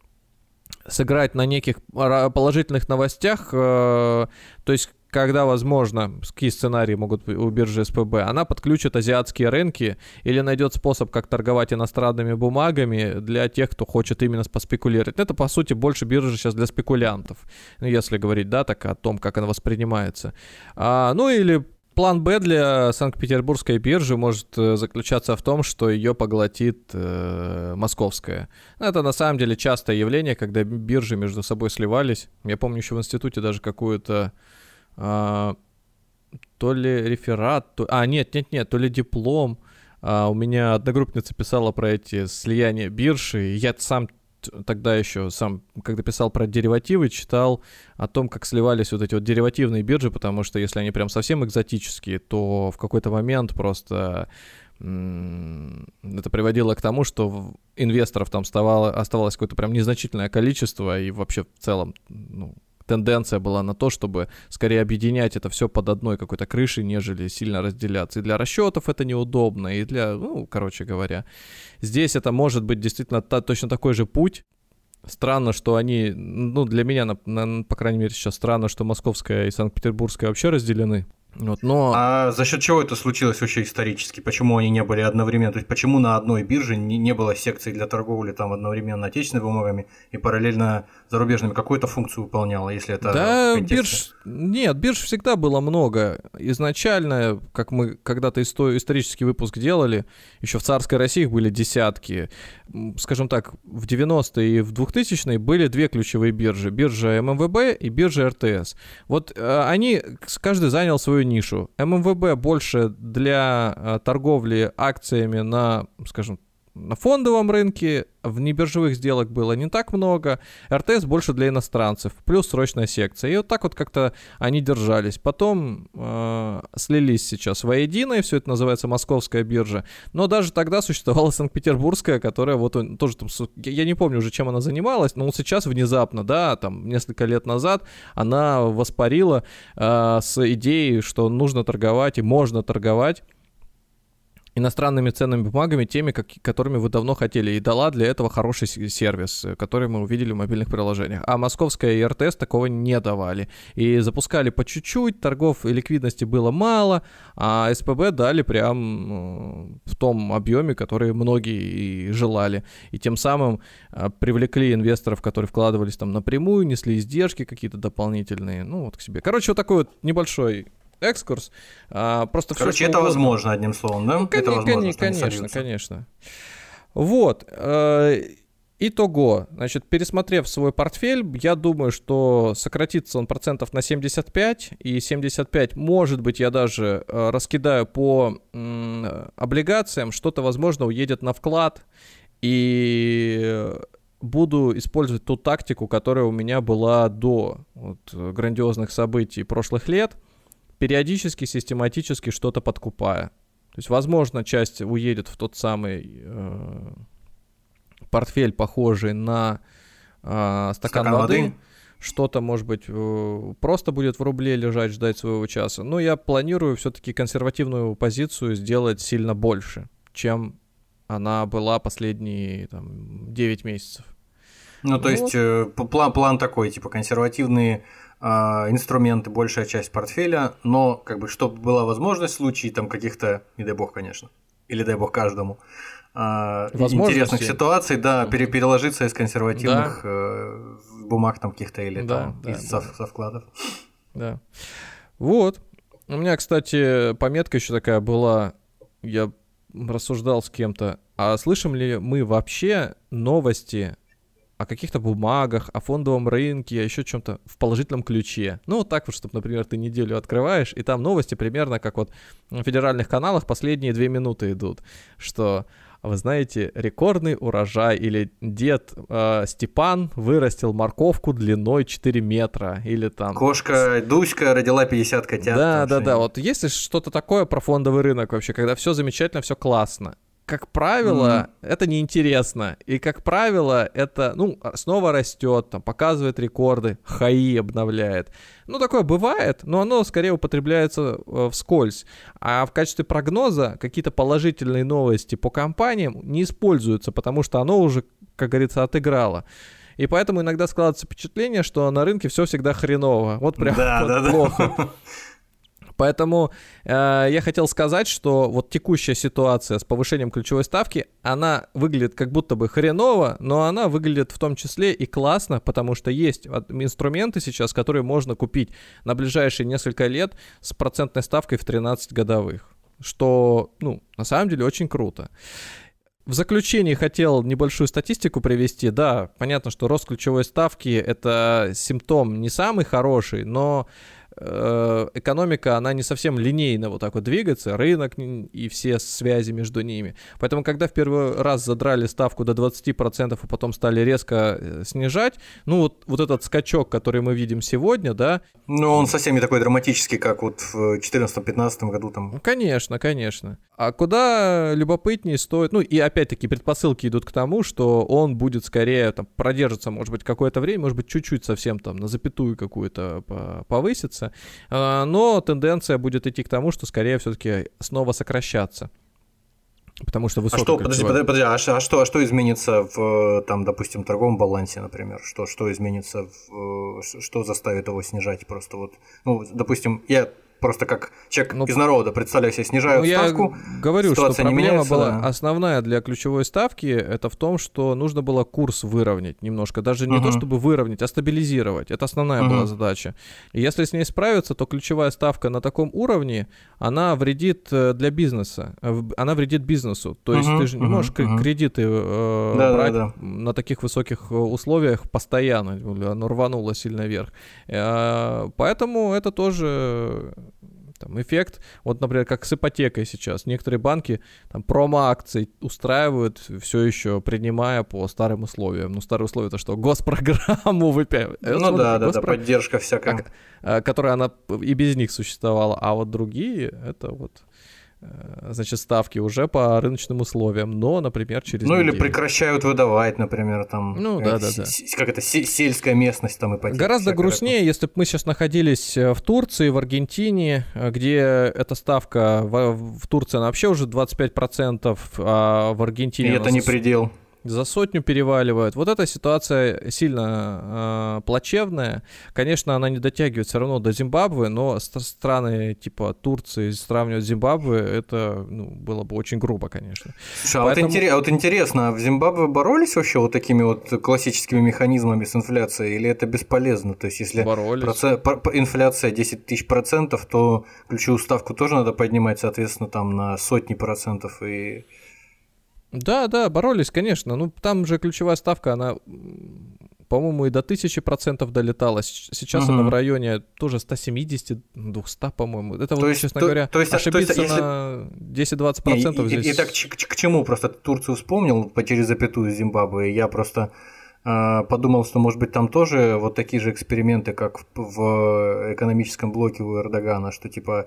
сыграть на неких положительных новостях, то есть когда, возможно, какие сценарии могут быть у биржи СПБ, она подключит азиатские рынки или найдет способ, как торговать иностранными бумагами для тех, кто хочет именно поспекулировать. Это, по сути, больше биржа сейчас для спекулянтов, если говорить, да, так о том, как она воспринимается. А, ну или план Б для Санкт-Петербургской биржи может заключаться в том, что ее поглотит э, московская. Это на самом деле частое явление, когда биржи между собой сливались. Я помню еще в институте даже какую-то А, то ли реферат, то... а нет, нет, нет, то ли диплом. А, у меня одногруппница писала про эти слияния биржи. Я сам тогда еще, сам, когда писал про деривативы, читал о том, как сливались вот эти вот деривативные биржи, потому что если они прям совсем экзотические, то в какой-то момент просто м- это приводило к тому, что инвесторов там оставало, оставалось какое-то прям незначительное количество, и вообще в целом, ну, тенденция была на то, чтобы скорее объединять это все под одной какой-то крышей, нежели сильно разделяться. И для расчетов это неудобно, и для, ну, короче говоря, здесь это может быть действительно та, точно такой же путь. Странно, что они, ну, для меня, на, на, по крайней мере, сейчас странно, что московская и санкт-петербургская вообще разделены. Вот, но... А за счет чего это случилось вообще исторически? Почему они не были одновременно? То есть почему на одной бирже не, не было секции для торговли там одновременно отечественными бумагами и параллельно зарубежными? Какую-то функцию выполняла, если это... Да, бирж... Нет, бирж всегда было много. Изначально, как мы когда-то исто... исторический выпуск делали, еще в царской России их были десятки. Скажем так, в девяностые и в двухтысячные были две ключевые биржи. Биржа эм эм вэ бэ и биржа эр тэ эс. Вот э, они, каждый занял свою нишу. эм эм вэ бэ больше для э, торговли акциями на, скажем, на фондовом рынке, внебиржевых сделок было не так много, эр тэ эс больше для иностранцев, плюс срочная секция. И вот так вот как-то они держались. Потом э, слились сейчас воедино, и все это называется Московская биржа. Но даже тогда существовала Санкт-Петербургская, которая вот тоже там, я не помню уже, чем она занималась, но вот сейчас внезапно, да, там несколько лет назад она воспарила э, с идеей, что нужно торговать и можно торговать иностранными ценными бумагами, теми, как, которыми вы давно хотели, и дала для этого хороший сервис, который мы увидели в мобильных приложениях. А московская и эр тэ эс такого не давали. И запускали по чуть-чуть, торгов и ликвидности было мало, а эс пэ бэ дали прям ну, в том объеме, который многие и желали. И тем самым а, привлекли инвесторов, которые вкладывались там напрямую, несли издержки какие-то дополнительные, ну вот к себе. Короче, вот такой вот небольшой экскурс. А, просто Короче, это угодно. Возможно, одним словом, да? Ну, это возможно, конечно, конечно. Вот. Э, итого, значит, пересмотрев свой портфель, я думаю, что сократится он процентов на семьдесят пять, и семьдесят пять, может быть, я даже э, раскидаю по э, облигациям, что-то, возможно, уедет на вклад, и буду использовать ту тактику, которая у меня была до вот, грандиозных событий прошлых лет, периодически, систематически что-то подкупая. То есть, возможно, часть уедет в тот самый э, портфель, похожий на э, стакан, стакан воды. воды. Что-то, может быть, э, просто будет в рубле лежать, ждать своего часа. Но я планирую все-таки консервативную позицию сделать сильно больше, чем она была последние там, девять месяцев. Ну, то ну, есть, э, план, план такой, типа, консервативные инструменты, большая часть портфеля, но как бы чтобы была возможность в случае там каких-то, не дай бог, конечно, или дай бог каждому, интересных ситуаций, да, mm-hmm. переложиться из консервативных да. бумаг там каких-то или да, там да, из да. Со, со вкладов. Да. Вот. У меня, кстати, пометка еще такая была, я рассуждал с кем-то, а слышим ли мы вообще новости о каких-то бумагах, о фондовом рынке, о еще чем-то в положительном ключе. Ну, вот так вот, чтобы, например, ты неделю открываешь, и там новости примерно как вот на федеральных каналах последние две минуты идут, что, вы знаете, рекордный урожай, или дед э, Степан вырастил морковку длиной четыре метра, или там... Кошка Дуська родила пятьдесят котят. Да, да, да, вот есть что-то такое про фондовый рынок вообще, когда все замечательно, все классно. Как правило, mm-hmm. это неинтересно. И, как правило, это, ну, снова растет, там, показывает рекорды, ХАИ обновляет. Ну, такое бывает, но оно скорее употребляется э, вскользь. А в качестве прогноза какие-то положительные новости по компаниям не используются, потому что оно уже, как говорится, отыграло. И поэтому иногда складывается впечатление, что на рынке все всегда хреново. Вот прям да, вот да, плохо. Да. Поэтому э, я хотел сказать, что вот текущая ситуация с повышением ключевой ставки, она выглядит как будто бы хреново, но она выглядит в том числе и классно, потому что есть инструменты сейчас, которые можно купить на ближайшие несколько лет с процентной ставкой в тринадцать годовых, что, ну, на самом деле очень круто. В заключение хотел небольшую статистику привести. Да, понятно, что рост ключевой ставки — это симптом не самый хороший, но экономика, она не совсем линейно вот так вот двигается, рынок и все связи между ними. Поэтому, когда в первый раз задрали ставку до двадцать процентов, а потом стали резко снижать, ну вот, вот этот скачок, который мы видим сегодня, да. Ну, он совсем не такой драматический, как вот в четырнадцатом-пятнадцатом году там. Конечно, конечно. А куда любопытнее стоит, ну и опять-таки предпосылки идут к тому, что он будет скорее там продержится, может быть, какое-то время, может быть, чуть-чуть совсем там на запятую какую-то повысится, но тенденция будет идти к тому, что скорее все-таки снова сокращаться. Потому что высокая... А что, подожди, подожди, подожди, а что, а что, а что изменится в, там, допустим, торговом балансе, например? Что, что изменится, в, что заставит его снижать просто вот... Ну, допустим, я просто как человек ну, из народа, представляю себе, снижают ну, ставку. Я говорю, что проблема меняется, была да. основная для ключевой ставки, это в том, что нужно было курс выровнять немножко. Даже не uh-huh. то, чтобы выровнять, а стабилизировать. Это основная uh-huh. была задача. И если с ней справиться, то ключевая ставка на таком уровне, она вредит для бизнеса. Она вредит бизнесу. То есть uh-huh. ты же не можешь uh-huh. кредиты э, да, брать да, да. на таких высоких условиях постоянно. Оно рвануло сильно вверх. Э, поэтому это тоже... Там, эффект, вот, например, как с ипотекой сейчас. Некоторые банки там промо-акции устраивают, все еще принимая по старым условиям. Ну, старые условия — это что? Госпрограмму выпяивают. Ну Смотрите, да, да, госпро... да, поддержка всякая. Как, которая она и без них существовала. А вот другие, это вот... значит, ставки уже по рыночным условиям, но, например, через Ну, неделю. или прекращают выдавать, например, там... Ну, да-да-да. Как это, сельская местность там ипотека. Гораздо грустнее, такое. Если бы мы сейчас находились в Турции, в Аргентине, где эта ставка, в, в Турции она вообще уже двадцать пять процентов, а в Аргентине... И это не предел. За сотню переваливают. Вот эта ситуация сильно э, плачевная. Конечно, она не дотягивает все равно до Зимбабве, но страны типа Турции сравнивать с Зимбабве, это ну, было бы очень грубо, конечно. Слушай, Поэтому... а, вот интерес, а вот интересно, а в Зимбабве боролись вообще вот такими вот классическими механизмами с инфляцией, или это бесполезно? То есть, если процент, инфляция десять тысяч процентов, то ключевую ставку тоже надо поднимать, соответственно, там на сотни процентов и... Да, да, боролись, конечно. Ну, там же ключевая ставка, она, по-моему, и до тысячи процентов долетала. Сейчас угу. она в районе тоже сто семьдесят - двести, по-моему. Это то вот, есть, честно то, говоря, то есть, ошибиться то есть, если... на десять-двадцать процентов Не, и, здесь... И, и так к, к чему? Просто Турцию вспомнил по через запятую Зимбабве. Я просто... подумал, что, может быть, там тоже вот такие же эксперименты, как в экономическом блоке у Эрдогана, что, типа,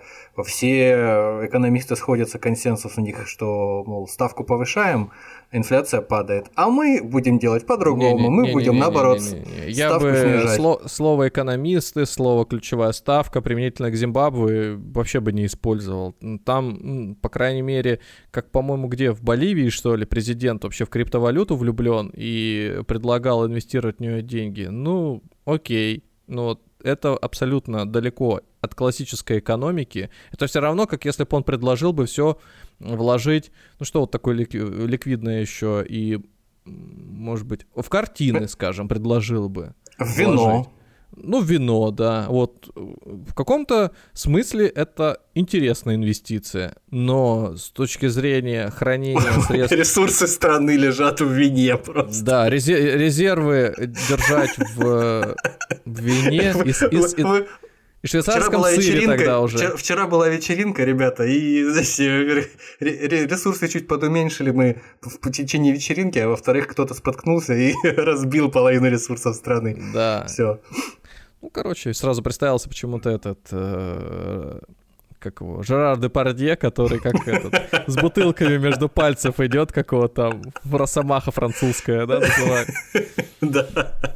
все экономисты сходятся, консенсус у них, что, мол, ставку повышаем, инфляция падает, а мы будем делать по-другому, не, не, мы не, будем, не, не, наоборот, не, не, не. Я ставку бы снижать. Сло- слово «экономисты», слово «ключевая ставка» применительно к Зимбабве вообще бы не использовал. Там, по крайней мере, как, по-моему, где, в Боливии, что ли, президент вообще в криптовалюту влюблен и предлагал инвестировать в нее деньги. Ну, окей, но это абсолютно далеко от классической экономики. Это все равно, как если бы он предложил бы все вложить, ну что вот такое лик- ликвидное еще и, может быть, в картины, скажем, предложил бы. В вино. Вложить. Ну, вино, да. Вот в каком-то смысле это интересная инвестиция, но с точки зрения хранения средств... Ресурсы страны лежат в вине просто. Да, резервы держать в вине и швейцарском сыре тогда уже. Вчера, вчера была вечеринка, ребята, и знаете, ресурсы чуть подуменьшили мы в течение вечеринки, а во-вторых, кто-то споткнулся и разбил половину ресурсов страны. Да. Все. Ну, короче, сразу представился почему-то этот... Э- как его, Жерар Депардье, который как этот, с бутылками между пальцев идет, как его там, росомаха французская, да, называют? Да.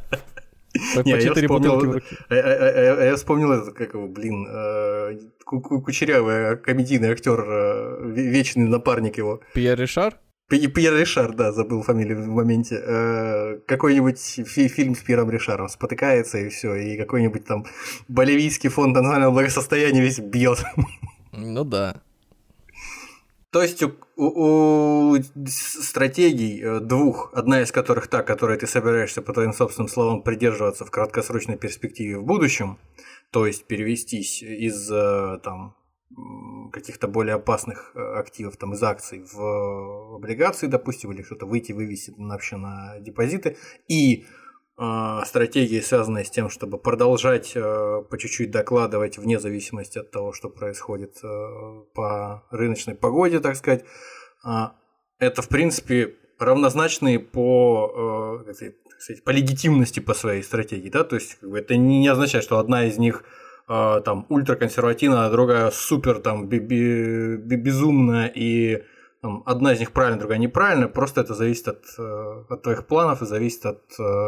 По четыре бутылки в руке. Я вспомнил этот, как его, блин, кучерявый комедийный актер, вечный напарник его. Пьер Ришар? Пьер Ришар, да, забыл фамилию в моменте. Какой-нибудь фи- фильм с Пьером Ришаром спотыкается и все, и какой-нибудь там боливийский фонд национального благосостояния весь бьет. Ну да. То есть у, у, у стратегий двух, одна из которых та, которой ты собираешься, по твоим собственным словам, придерживаться в краткосрочной перспективе в будущем, то есть перевестись из там, каких-то более опасных активов, там, из акций в облигации, допустим, или что-то выйти, вывести вообще на депозиты, и э, стратегии, связанные с тем, чтобы продолжать э, по чуть-чуть докладывать вне зависимости от того, что происходит э, по рыночной погоде, так сказать, э, это, в принципе, равнозначные по, э, как сказать, по легитимности по своей стратегии, да, то есть как бы, это не означает, что одна из них там ультраконсервативная, а другая супер там безумная, и там, одна из них правильная, другая неправильная, просто это зависит от, от твоих планов и зависит от,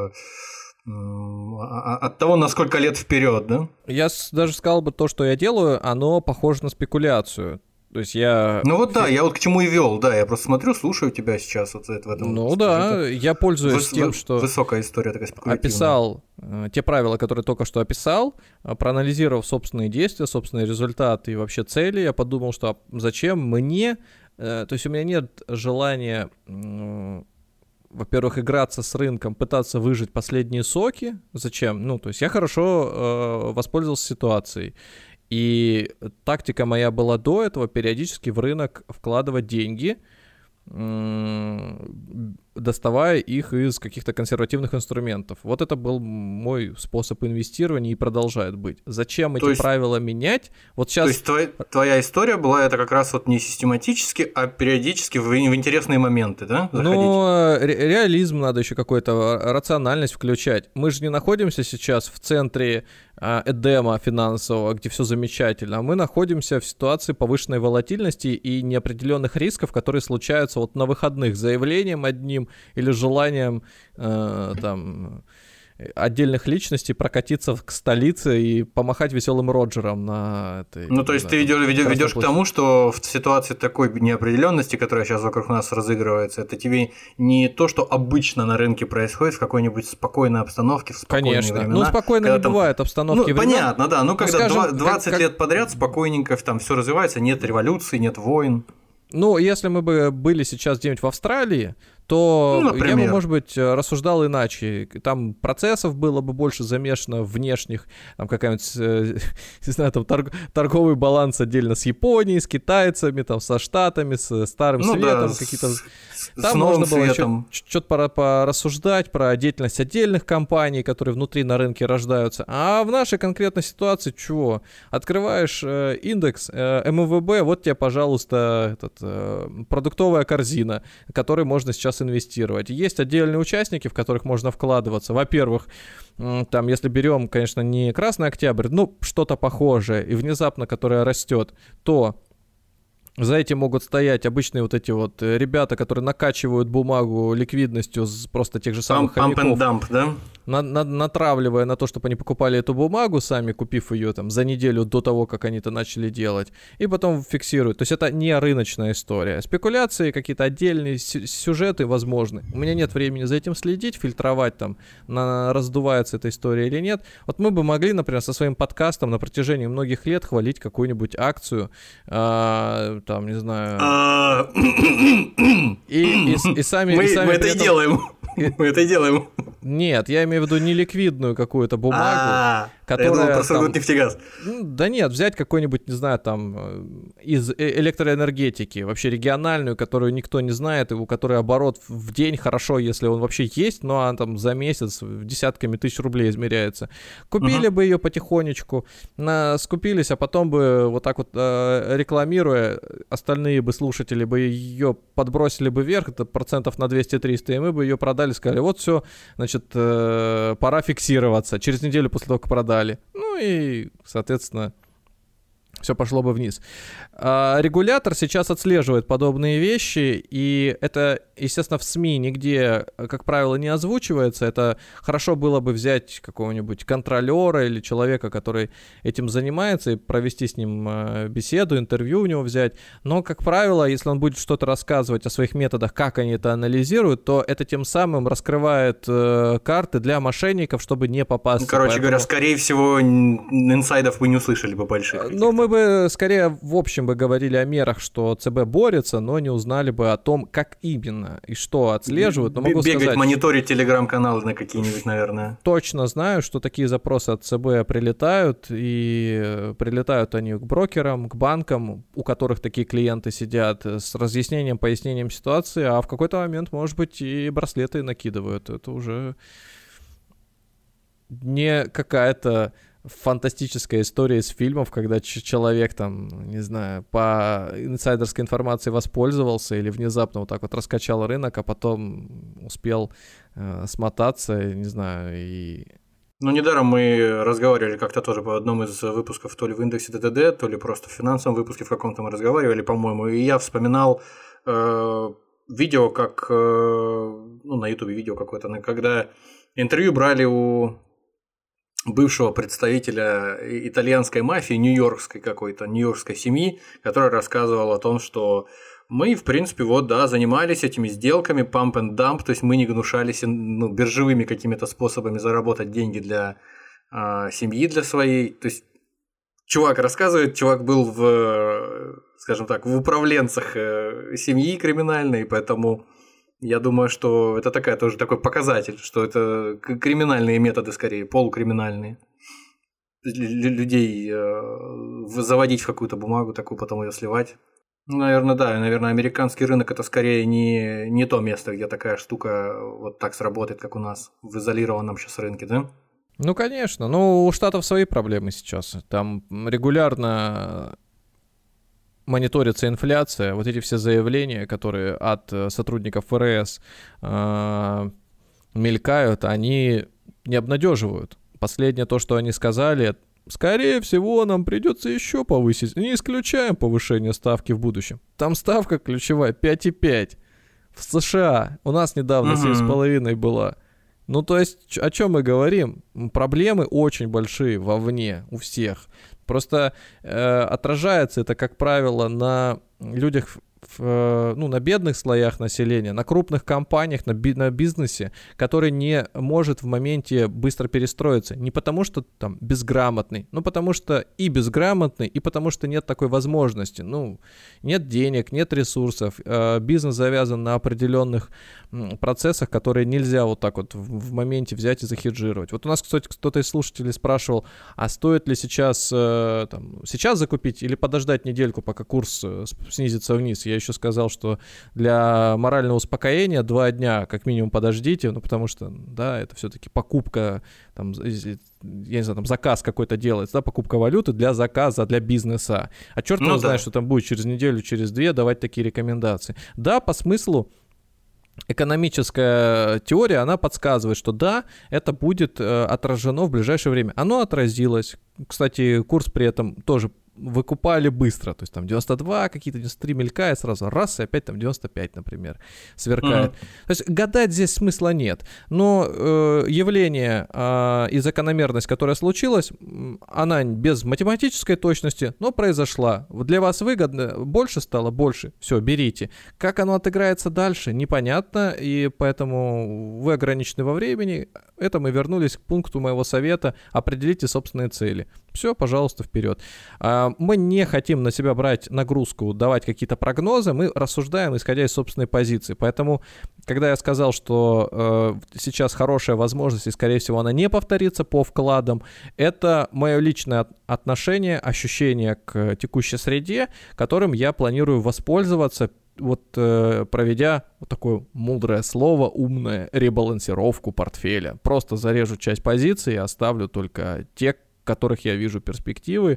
от того, на сколько лет вперед, да? Я даже сказал бы, то, что я делаю, оно похоже на спекуляцию. То есть я... Ну вот да, я вот к чему и вел, да, я просто смотрю, слушаю тебя сейчас вот в этом. Ну да, я пользуюсь выс- тем, вы- что Высокая история такая спекулятивная. описал э, те правила, которые только что описал, э, проанализировав собственные действия, собственные результаты и вообще цели, я подумал, что а зачем мне... э, То есть у меня нет желания... м, во-первых, играться с рынком, пытаться выжать последние соки. Зачем? Ну, то есть я хорошо э, воспользовался ситуацией. И тактика моя была до этого периодически в рынок вкладывать деньги, м, доставая их из каких-то консервативных инструментов. Вот это был мой способ инвестирования и продолжает быть. Зачем То эти есть- правила менять? Вот сейчас... То есть твоя, твоя история была это как раз вот не систематически, а периодически в, в интересные моменты, да? Заходить? Но ре- реализм надо еще какой-то, ра- рациональность включать. Мы же не находимся сейчас в центре а, Эдема финансового, где все замечательно, а мы находимся в ситуации повышенной волатильности и неопределенных рисков, которые случаются вот на выходных с заявлением одним или желанием э, там отдельных личностей прокатиться к столице и помахать веселым Роджером на этой... Ну, то есть на ты этом ведешь, ведешь, Красной ведешь к площади. тому, что в ситуации такой неопределенности, которая сейчас вокруг нас разыгрывается, это тебе не то, что обычно на рынке происходит в какой-нибудь спокойной обстановке, в спокойные Конечно. времена. Ну, спокойно когда не там- бывает обстановки Ну, времен. понятно, да. Ну, когда скажем, два- как- двадцать как- лет подряд спокойненько там все развивается, нет революции, нет войн. Ну, если мы бы были сейчас где-нибудь в Австралии, то Ну, я бы, например. может быть, рассуждал иначе. Там процессов было бы больше замешано внешних, там какая-нибудь, э, не знаю, там торг- торговый баланс отдельно с Японией, с китайцами, там, со Штатами, с Старым Ну, Светом, да, какие-то... с, Там с новым можно было еще светом. что-то пора порассуждать про деятельность отдельных компаний, которые внутри на рынке рождаются. А в нашей конкретной ситуации чего? Открываешь э, индекс э, эм вэ бэ, вот тебе, пожалуйста, этот, э, продуктовая корзина, в которой можно сейчас инвестировать. Есть отдельные участники, в которых можно вкладываться. Во-первых, м, там, если берем, конечно, не Красный Октябрь, ну, что-то похожее, и внезапно, которое растет, то за этим могут стоять обычные вот эти вот э, ребята, которые накачивают бумагу ликвидностью с просто тех же самых Памп and хомяков, dump, да? на- на- натравливая на то, чтобы они покупали эту бумагу сами, купив ее там за неделю до того, как они это начали делать, и потом фиксируют. То есть это не рыночная история. Спекуляции, какие-то отдельные сю- сюжеты возможны. У меня нет времени за этим следить, фильтровать там, на, раздувается эта история или нет. Вот мы бы могли, например, со своим подкастом на протяжении многих лет хвалить какую-нибудь акцию, а, там, не знаю, А, и, и с- и сами... Мы и сами мы при это и этом- делаем. Мы это и делаем. Нет, я имею в виду неликвидную какую-то бумагу, А, я думал, которая про там- Сургутнефтегаз. Ну, да нет, взять какой-нибудь, не знаю, там, э, из э- электроэнергетики, вообще региональную, которую никто не знает, и у которой оборот в в день хорошо, если он вообще есть, но она там за месяц в десятками тысяч рублей измеряется. Купили бы ее потихонечку, на, скупились, а потом бы вот так вот э, рекламируя, остальные бы слушатели бы ее подбросили бы вверх, это процентов на двести-триста, и мы бы ее продали, сказали, вот все, значит, э, пора фиксироваться, через неделю после того, как продали. Ну и, соответственно, все пошло бы вниз. А, регулятор сейчас отслеживает подобные вещи, и это, естественно, в СМИ нигде, как правило, не озвучивается. Это хорошо было бы взять какого-нибудь контролера или человека, который этим занимается, и провести с ним э, беседу, интервью у него взять. Но, как правило, если он будет что-то рассказывать о своих методах, как они это анализируют, то это тем самым раскрывает э, карты для мошенников, чтобы не попасться. Короче Поэтому- говоря, скорее всего, н- инсайдов вы не услышали бы больших. Ну, мы бы скорее в общем бы говорили о мерах, что ЦБ борется, но не узнали бы о том, как именно и что отслеживают. Но могу Бегать, сказать, мониторить телеграм-каналы на какие-нибудь, наверное. точно знаю, что такие запросы от ЦБ прилетают, и э, прилетают они к брокерам, к банкам, у которых такие клиенты сидят, э, с разъяснением, пояснением ситуации, а в какой-то момент, может быть, и браслеты накидывают. Это уже не какая-то фантастическая история из фильмов, когда ч- человек там, не знаю, по инсайдерской информации воспользовался или внезапно вот так вот раскачал рынок, а потом успел э, смотаться, не знаю, и... Ну, недаром мы разговаривали как-то тоже по одному из выпусков, то ли в индексе ДТД, то ли просто в финансовом выпуске в каком-то мы разговаривали, по-моему, и я вспоминал э, видео, как, э, ну, на ютубе видео какое-то, когда интервью брали у бывшего представителя итальянской мафии, нью-йоркской какой-то, нью-йоркской семьи, который рассказывал о том, что мы, в принципе, вот, да, занимались этими сделками, pump and dump, то есть мы не гнушались, ну, биржевыми какими-то способами заработать деньги для э, семьи, для своей. То есть чувак рассказывает, чувак был в, скажем так, в управленцах э, семьи криминальной, поэтому я думаю, что это такая, тоже такой показатель, что это криминальные методы скорее, полукриминальные. Людей э, заводить в какую-то бумагу, такую потом ее сливать. Ну, наверное, да. Наверное, американский рынок – это скорее не, не то место, где такая штука вот так сработает, как у нас, в изолированном сейчас рынке, да? Ну, конечно. Ну, у Штатов свои проблемы сейчас. Там регулярно мониторится инфляция. Вот эти все заявления, которые от сотрудников ФРС э, мелькают, они не обнадеживают. Последнее то, что они сказали – скорее всего, нам придется еще повысить. Не исключаем повышение ставки в будущем. Там ставка ключевая пять и пять. В США. У нас недавно семь с половиной была. Ну, то есть, о чем мы говорим? Проблемы очень большие вовне у всех. Просто э, отражается это, как правило, на людях, в, ну, на бедных слоях населения, на крупных компаниях, на, би- на бизнесе, который не может в моменте быстро перестроиться. Не потому, что там безграмотный, но потому что и безграмотный, и потому что нет такой возможности. Ну, нет денег, нет ресурсов. Э, бизнес завязан на определенных м, процессах, которые нельзя вот так вот в, в моменте взять и захеджировать. Вот у нас, кстати, кто-то из слушателей спрашивал, а стоит ли сейчас, э, там, сейчас закупить или подождать недельку, пока курс э, снизится вниз? Я еще сказал, что для морального успокоения два дня как минимум подождите, ну, потому что, да, это все-таки покупка, там, я не знаю, там заказ какой-то делается, да, покупка валюты для заказа, для бизнеса. А черт его ну, знает, да. что там будет через неделю, через две давать такие рекомендации. Да, по смыслу экономическая теория, она подсказывает, что да, это будет э, отражено в ближайшее время. Оно отразилось. Кстати, курс при этом тоже выкупали быстро, то есть там девяносто два, какие-то девяносто три мелькает сразу, раз, и опять там девяносто пять, например, сверкает. Mm-hmm. То есть гадать здесь смысла нет, но э, явление э, и закономерность, которая случилась, она без математической точности, но произошла. Для вас выгодно, больше стало, больше, все, берите. Как оно отыграется дальше, непонятно, и поэтому вы ограничены во времени. Это мы вернулись к пункту моего совета, определите собственные цели. Все, пожалуйста, вперед. Мы не хотим на себя брать нагрузку, давать какие-то прогнозы, мы рассуждаем, исходя из собственной позиции. Поэтому, когда я сказал, что э, сейчас хорошая возможность, и, скорее всего, она не повторится по вкладам, это мое личное отношение, ощущение к текущей среде, которым я планирую воспользоваться, вот э, проведя вот такое мудрое слово, умное, ребалансировку портфеля. Просто зарежу часть позиций и оставлю только те, в которых я вижу перспективы,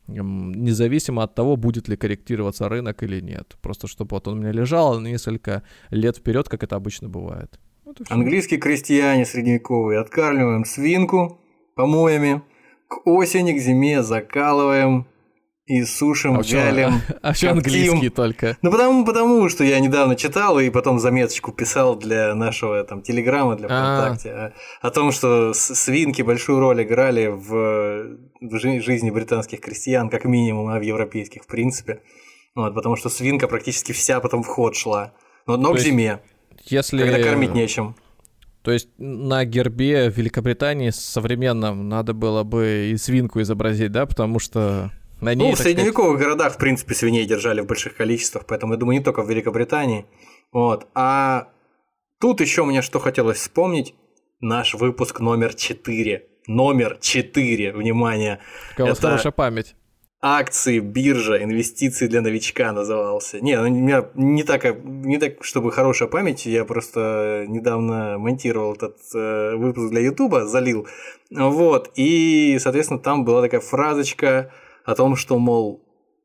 независимо от того, будет ли корректироваться рынок или нет. Просто чтобы вот он у меня лежал на несколько лет вперед, как это обычно бывает. Вот английские крестьяне средневековые: откармливаем свинку помоями, к осени, к зиме закалываем и сушим, а вялим. А что английский только? Ну потому, потому что я недавно читал и потом заметочку писал для нашего там телеграмма, для ВКонтакте, о, о том, что свинки большую роль играли в, в жизни британских крестьян, как минимум, а в европейских в принципе. Вот, потому что свинка практически вся потом в ход шла. Но, но к есть, зиме, если... когда кормить нечем. То есть на гербе Великобритании современном надо было бы и свинку изобразить, да, потому что... На ней, ну, в средневековых сказать... городах, в принципе, свиней держали в больших количествах, поэтому, я думаю, не только в Великобритании. Вот. А тут еще мне что хотелось вспомнить. Наш выпуск номер четыре. Номер четыре, внимание. У вас хорошая память. Акции, биржа, инвестиции для новичка назывался. Не, у меня не так, не так, чтобы хорошая память, я просто недавно монтировал этот э, выпуск для Ютуба, залил. Вот. И, соответственно, там была такая фразочка о том, что, мол,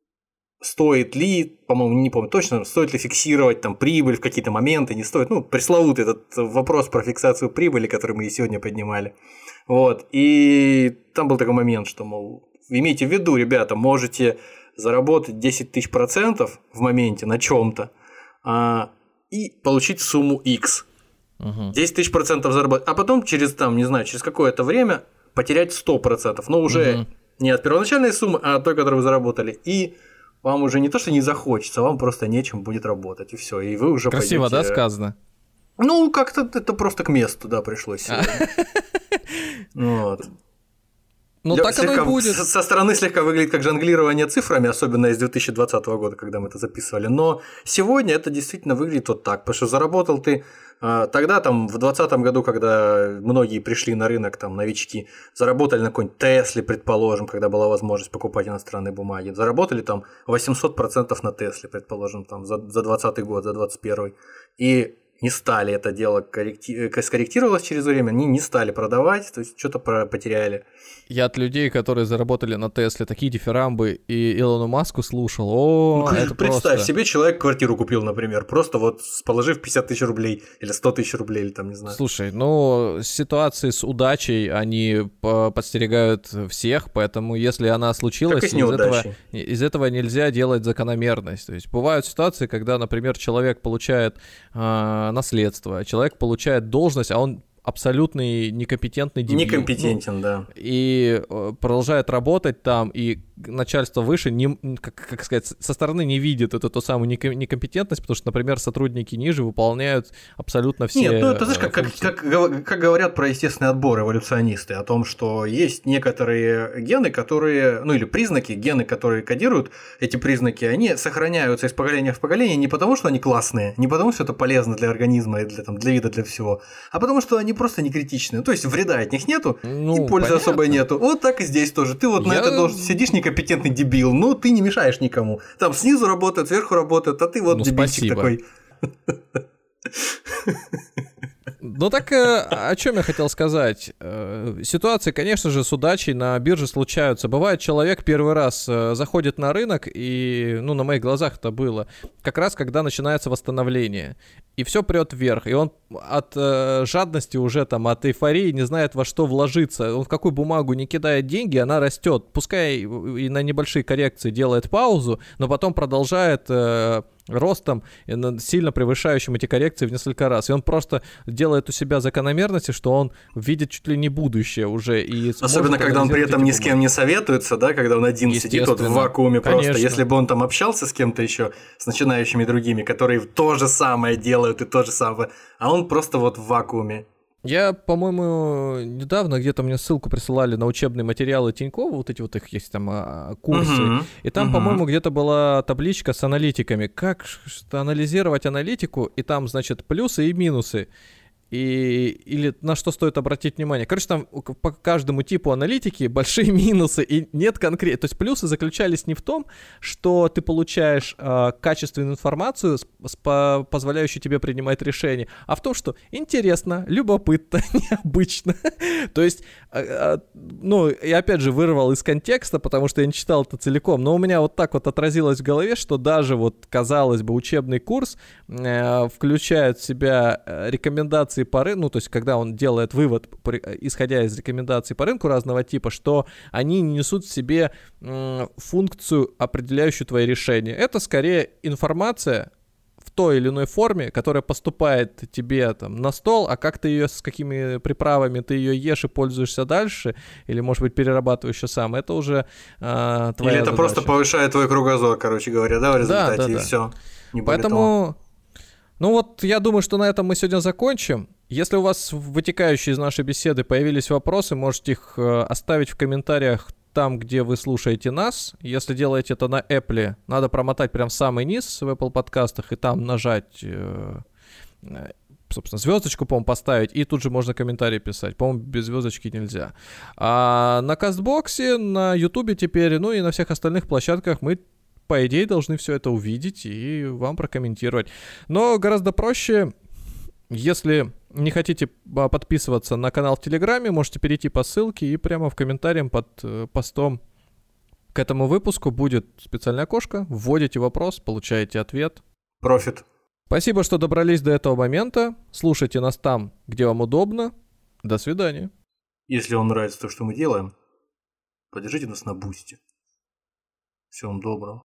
стоит ли, по-моему, не помню точно, стоит ли фиксировать там прибыль в какие-то моменты, не стоит. Ну, пресловутый этот вопрос про фиксацию прибыли, который мы и сегодня поднимали. Вот. И там был такой момент, что, мол, имейте в виду, ребята, можете заработать десять тысяч процентов в моменте на чем-то а, и получить сумму X. Uh-huh. десять тысяч процентов заработать. А потом через, там, не знаю, через какое-то время потерять сто процентов, но уже угу. не от первоначальной суммы, а от той, которую вы заработали. И вам уже не то, что не захочется, вам просто нечем будет работать, и все. И вы уже Красиво, пойдёте... да, сказано? Ну, как-то это просто к месту, да, пришлось. Вот. Ну, так оно и будет. Со стороны слегка выглядит как жонглирование цифрами, особенно из две тысячи двадцатого года, когда мы это записывали. Но сегодня это действительно выглядит вот так, потому что заработал ты тогда, там, в двадцатом году, когда многие пришли на рынок, там, новички, заработали на какой-нибудь Тесле, предположим, когда была возможность покупать иностранные бумаги, заработали там восемьсот процентов на Тесле, предположим, там, за, за двадцатый год, за двадцать первый. И не стали это дело, корректи... скорректировалось через время, они не стали продавать, то есть что-то потеряли. Я от людей, которые заработали на Тесле такие дифирамбы и Илону Маску слушал, о, ну, это представь, просто... себе человек квартиру купил, например, просто вот положив пятьдесят тысяч рублей или сто тысяч рублей, или там, не знаю. Слушай, ну, ситуации с удачей, они подстерегают всех, поэтому если она случилась, из этого, из этого нельзя делать закономерность. То есть бывают ситуации, когда, например, человек получает э, наследство, человек получает должность, а он абсолютный некомпетентный дебил. Некомпетентен, ну, да. И продолжает работать там, и начальство выше, не, как, как сказать, со стороны не видит эту ту самую некомпетентность, потому что, например, сотрудники ниже выполняют абсолютно все. Нет, ну это знаешь, как, как, как, как говорят про естественный отбор эволюционисты, о том, что есть некоторые гены, которые, ну или признаки, гены, которые кодируют эти признаки, они сохраняются из поколения в поколение не потому, что они классные, не потому, что это полезно для организма и для, там, для вида, для всего, а потому, что они просто не критичны. То есть вреда от них нету, ну, и пользы понятно. Особой нету. Вот так и здесь тоже. Ты вот Я... на этой должности сидишь, некомпетентный дебил, но ты не мешаешь никому. Там снизу работают, сверху работают, а ты вот ну, дебильчик спасибо. Такой. Ну так о чем я хотел сказать? Ситуации, конечно же, с удачей на бирже случаются. Бывает, человек первый раз заходит на рынок, и, ну, на моих глазах это было, как раз когда начинается восстановление. И все прет вверх, и он от э, жадности уже там, от эйфории не знает, во что вложиться. Он в какую бумагу не кидает деньги, она растет. Пускай и на небольшие коррекции делает паузу, но потом продолжает э, ростом, сильно превышающим эти коррекции в несколько раз. И он просто делает у себя закономерности, что он видит чуть ли не будущее уже. И особенно, когда он при этом ни с кем не советуется, да, когда он один сидит вот в вакууме просто. Конечно. Если бы он там общался с кем-то еще, с начинающими другими, которые то же самое делают и то же самое, а он просто вот в вакууме. Я, по-моему, недавно где-то мне ссылку присылали на учебные материалы Тинькова, вот эти вот их есть там курсы, uh-huh. и там, uh-huh. по-моему, где-то была табличка с аналитиками, как анализировать аналитику, и там, значит, плюсы и минусы. И, или на что стоит обратить внимание. Короче, там по каждому типу аналитики большие минусы, и нет конкретно. То есть плюсы заключались не в том, что ты получаешь э, качественную информацию, с, с, по, позволяющую тебе принимать решения, а в том, что интересно, любопытно, необычно. То есть, э, э, ну, я опять же вырвал из контекста, потому что я не читал это целиком, но у меня вот так вот отразилось в голове, что даже вот, казалось бы, учебный курс э, включает в себя рекомендации по рынку, ну, то есть, когда он делает вывод, исходя из рекомендаций по рынку разного типа, что они не несут в себе м, функцию, определяющую твои решения. Это скорее информация в той или иной форме, которая поступает тебе там на стол, а как ты ее, с какими приправами ты ее ешь и пользуешься дальше, или, может быть, перерабатываешь еще сам, это уже а, твоя Или это задача. Просто повышает твой кругозор, короче говоря, да, в результате, да, да, и да. все. Поэтому... Ну вот, я думаю, что на этом мы сегодня закончим. Если у вас вытекающие из нашей беседы появились вопросы, можете их э, оставить в комментариях там, где вы слушаете нас. Если делаете это на Apple, надо промотать прям в самый низ в Apple подкастах и там нажать, э, э, собственно, звездочку, по-моему, поставить, и тут же можно комментарий писать. По-моему, без звездочки нельзя. А на Кастбоксе, на Ютубе теперь, ну и на всех остальных площадках мы, по идее, должны все это увидеть и вам прокомментировать. Но гораздо проще, если не хотите подписываться на канал в Телеграме, можете перейти по ссылке и прямо в комментариях под постом к этому выпуску будет специальное окошко. Вводите вопрос, получаете ответ. Профит. Спасибо, что добрались до этого момента. Слушайте нас там, где вам удобно. До свидания. Если вам нравится то, что мы делаем, поддержите нас на Бусти. Всего вам доброго.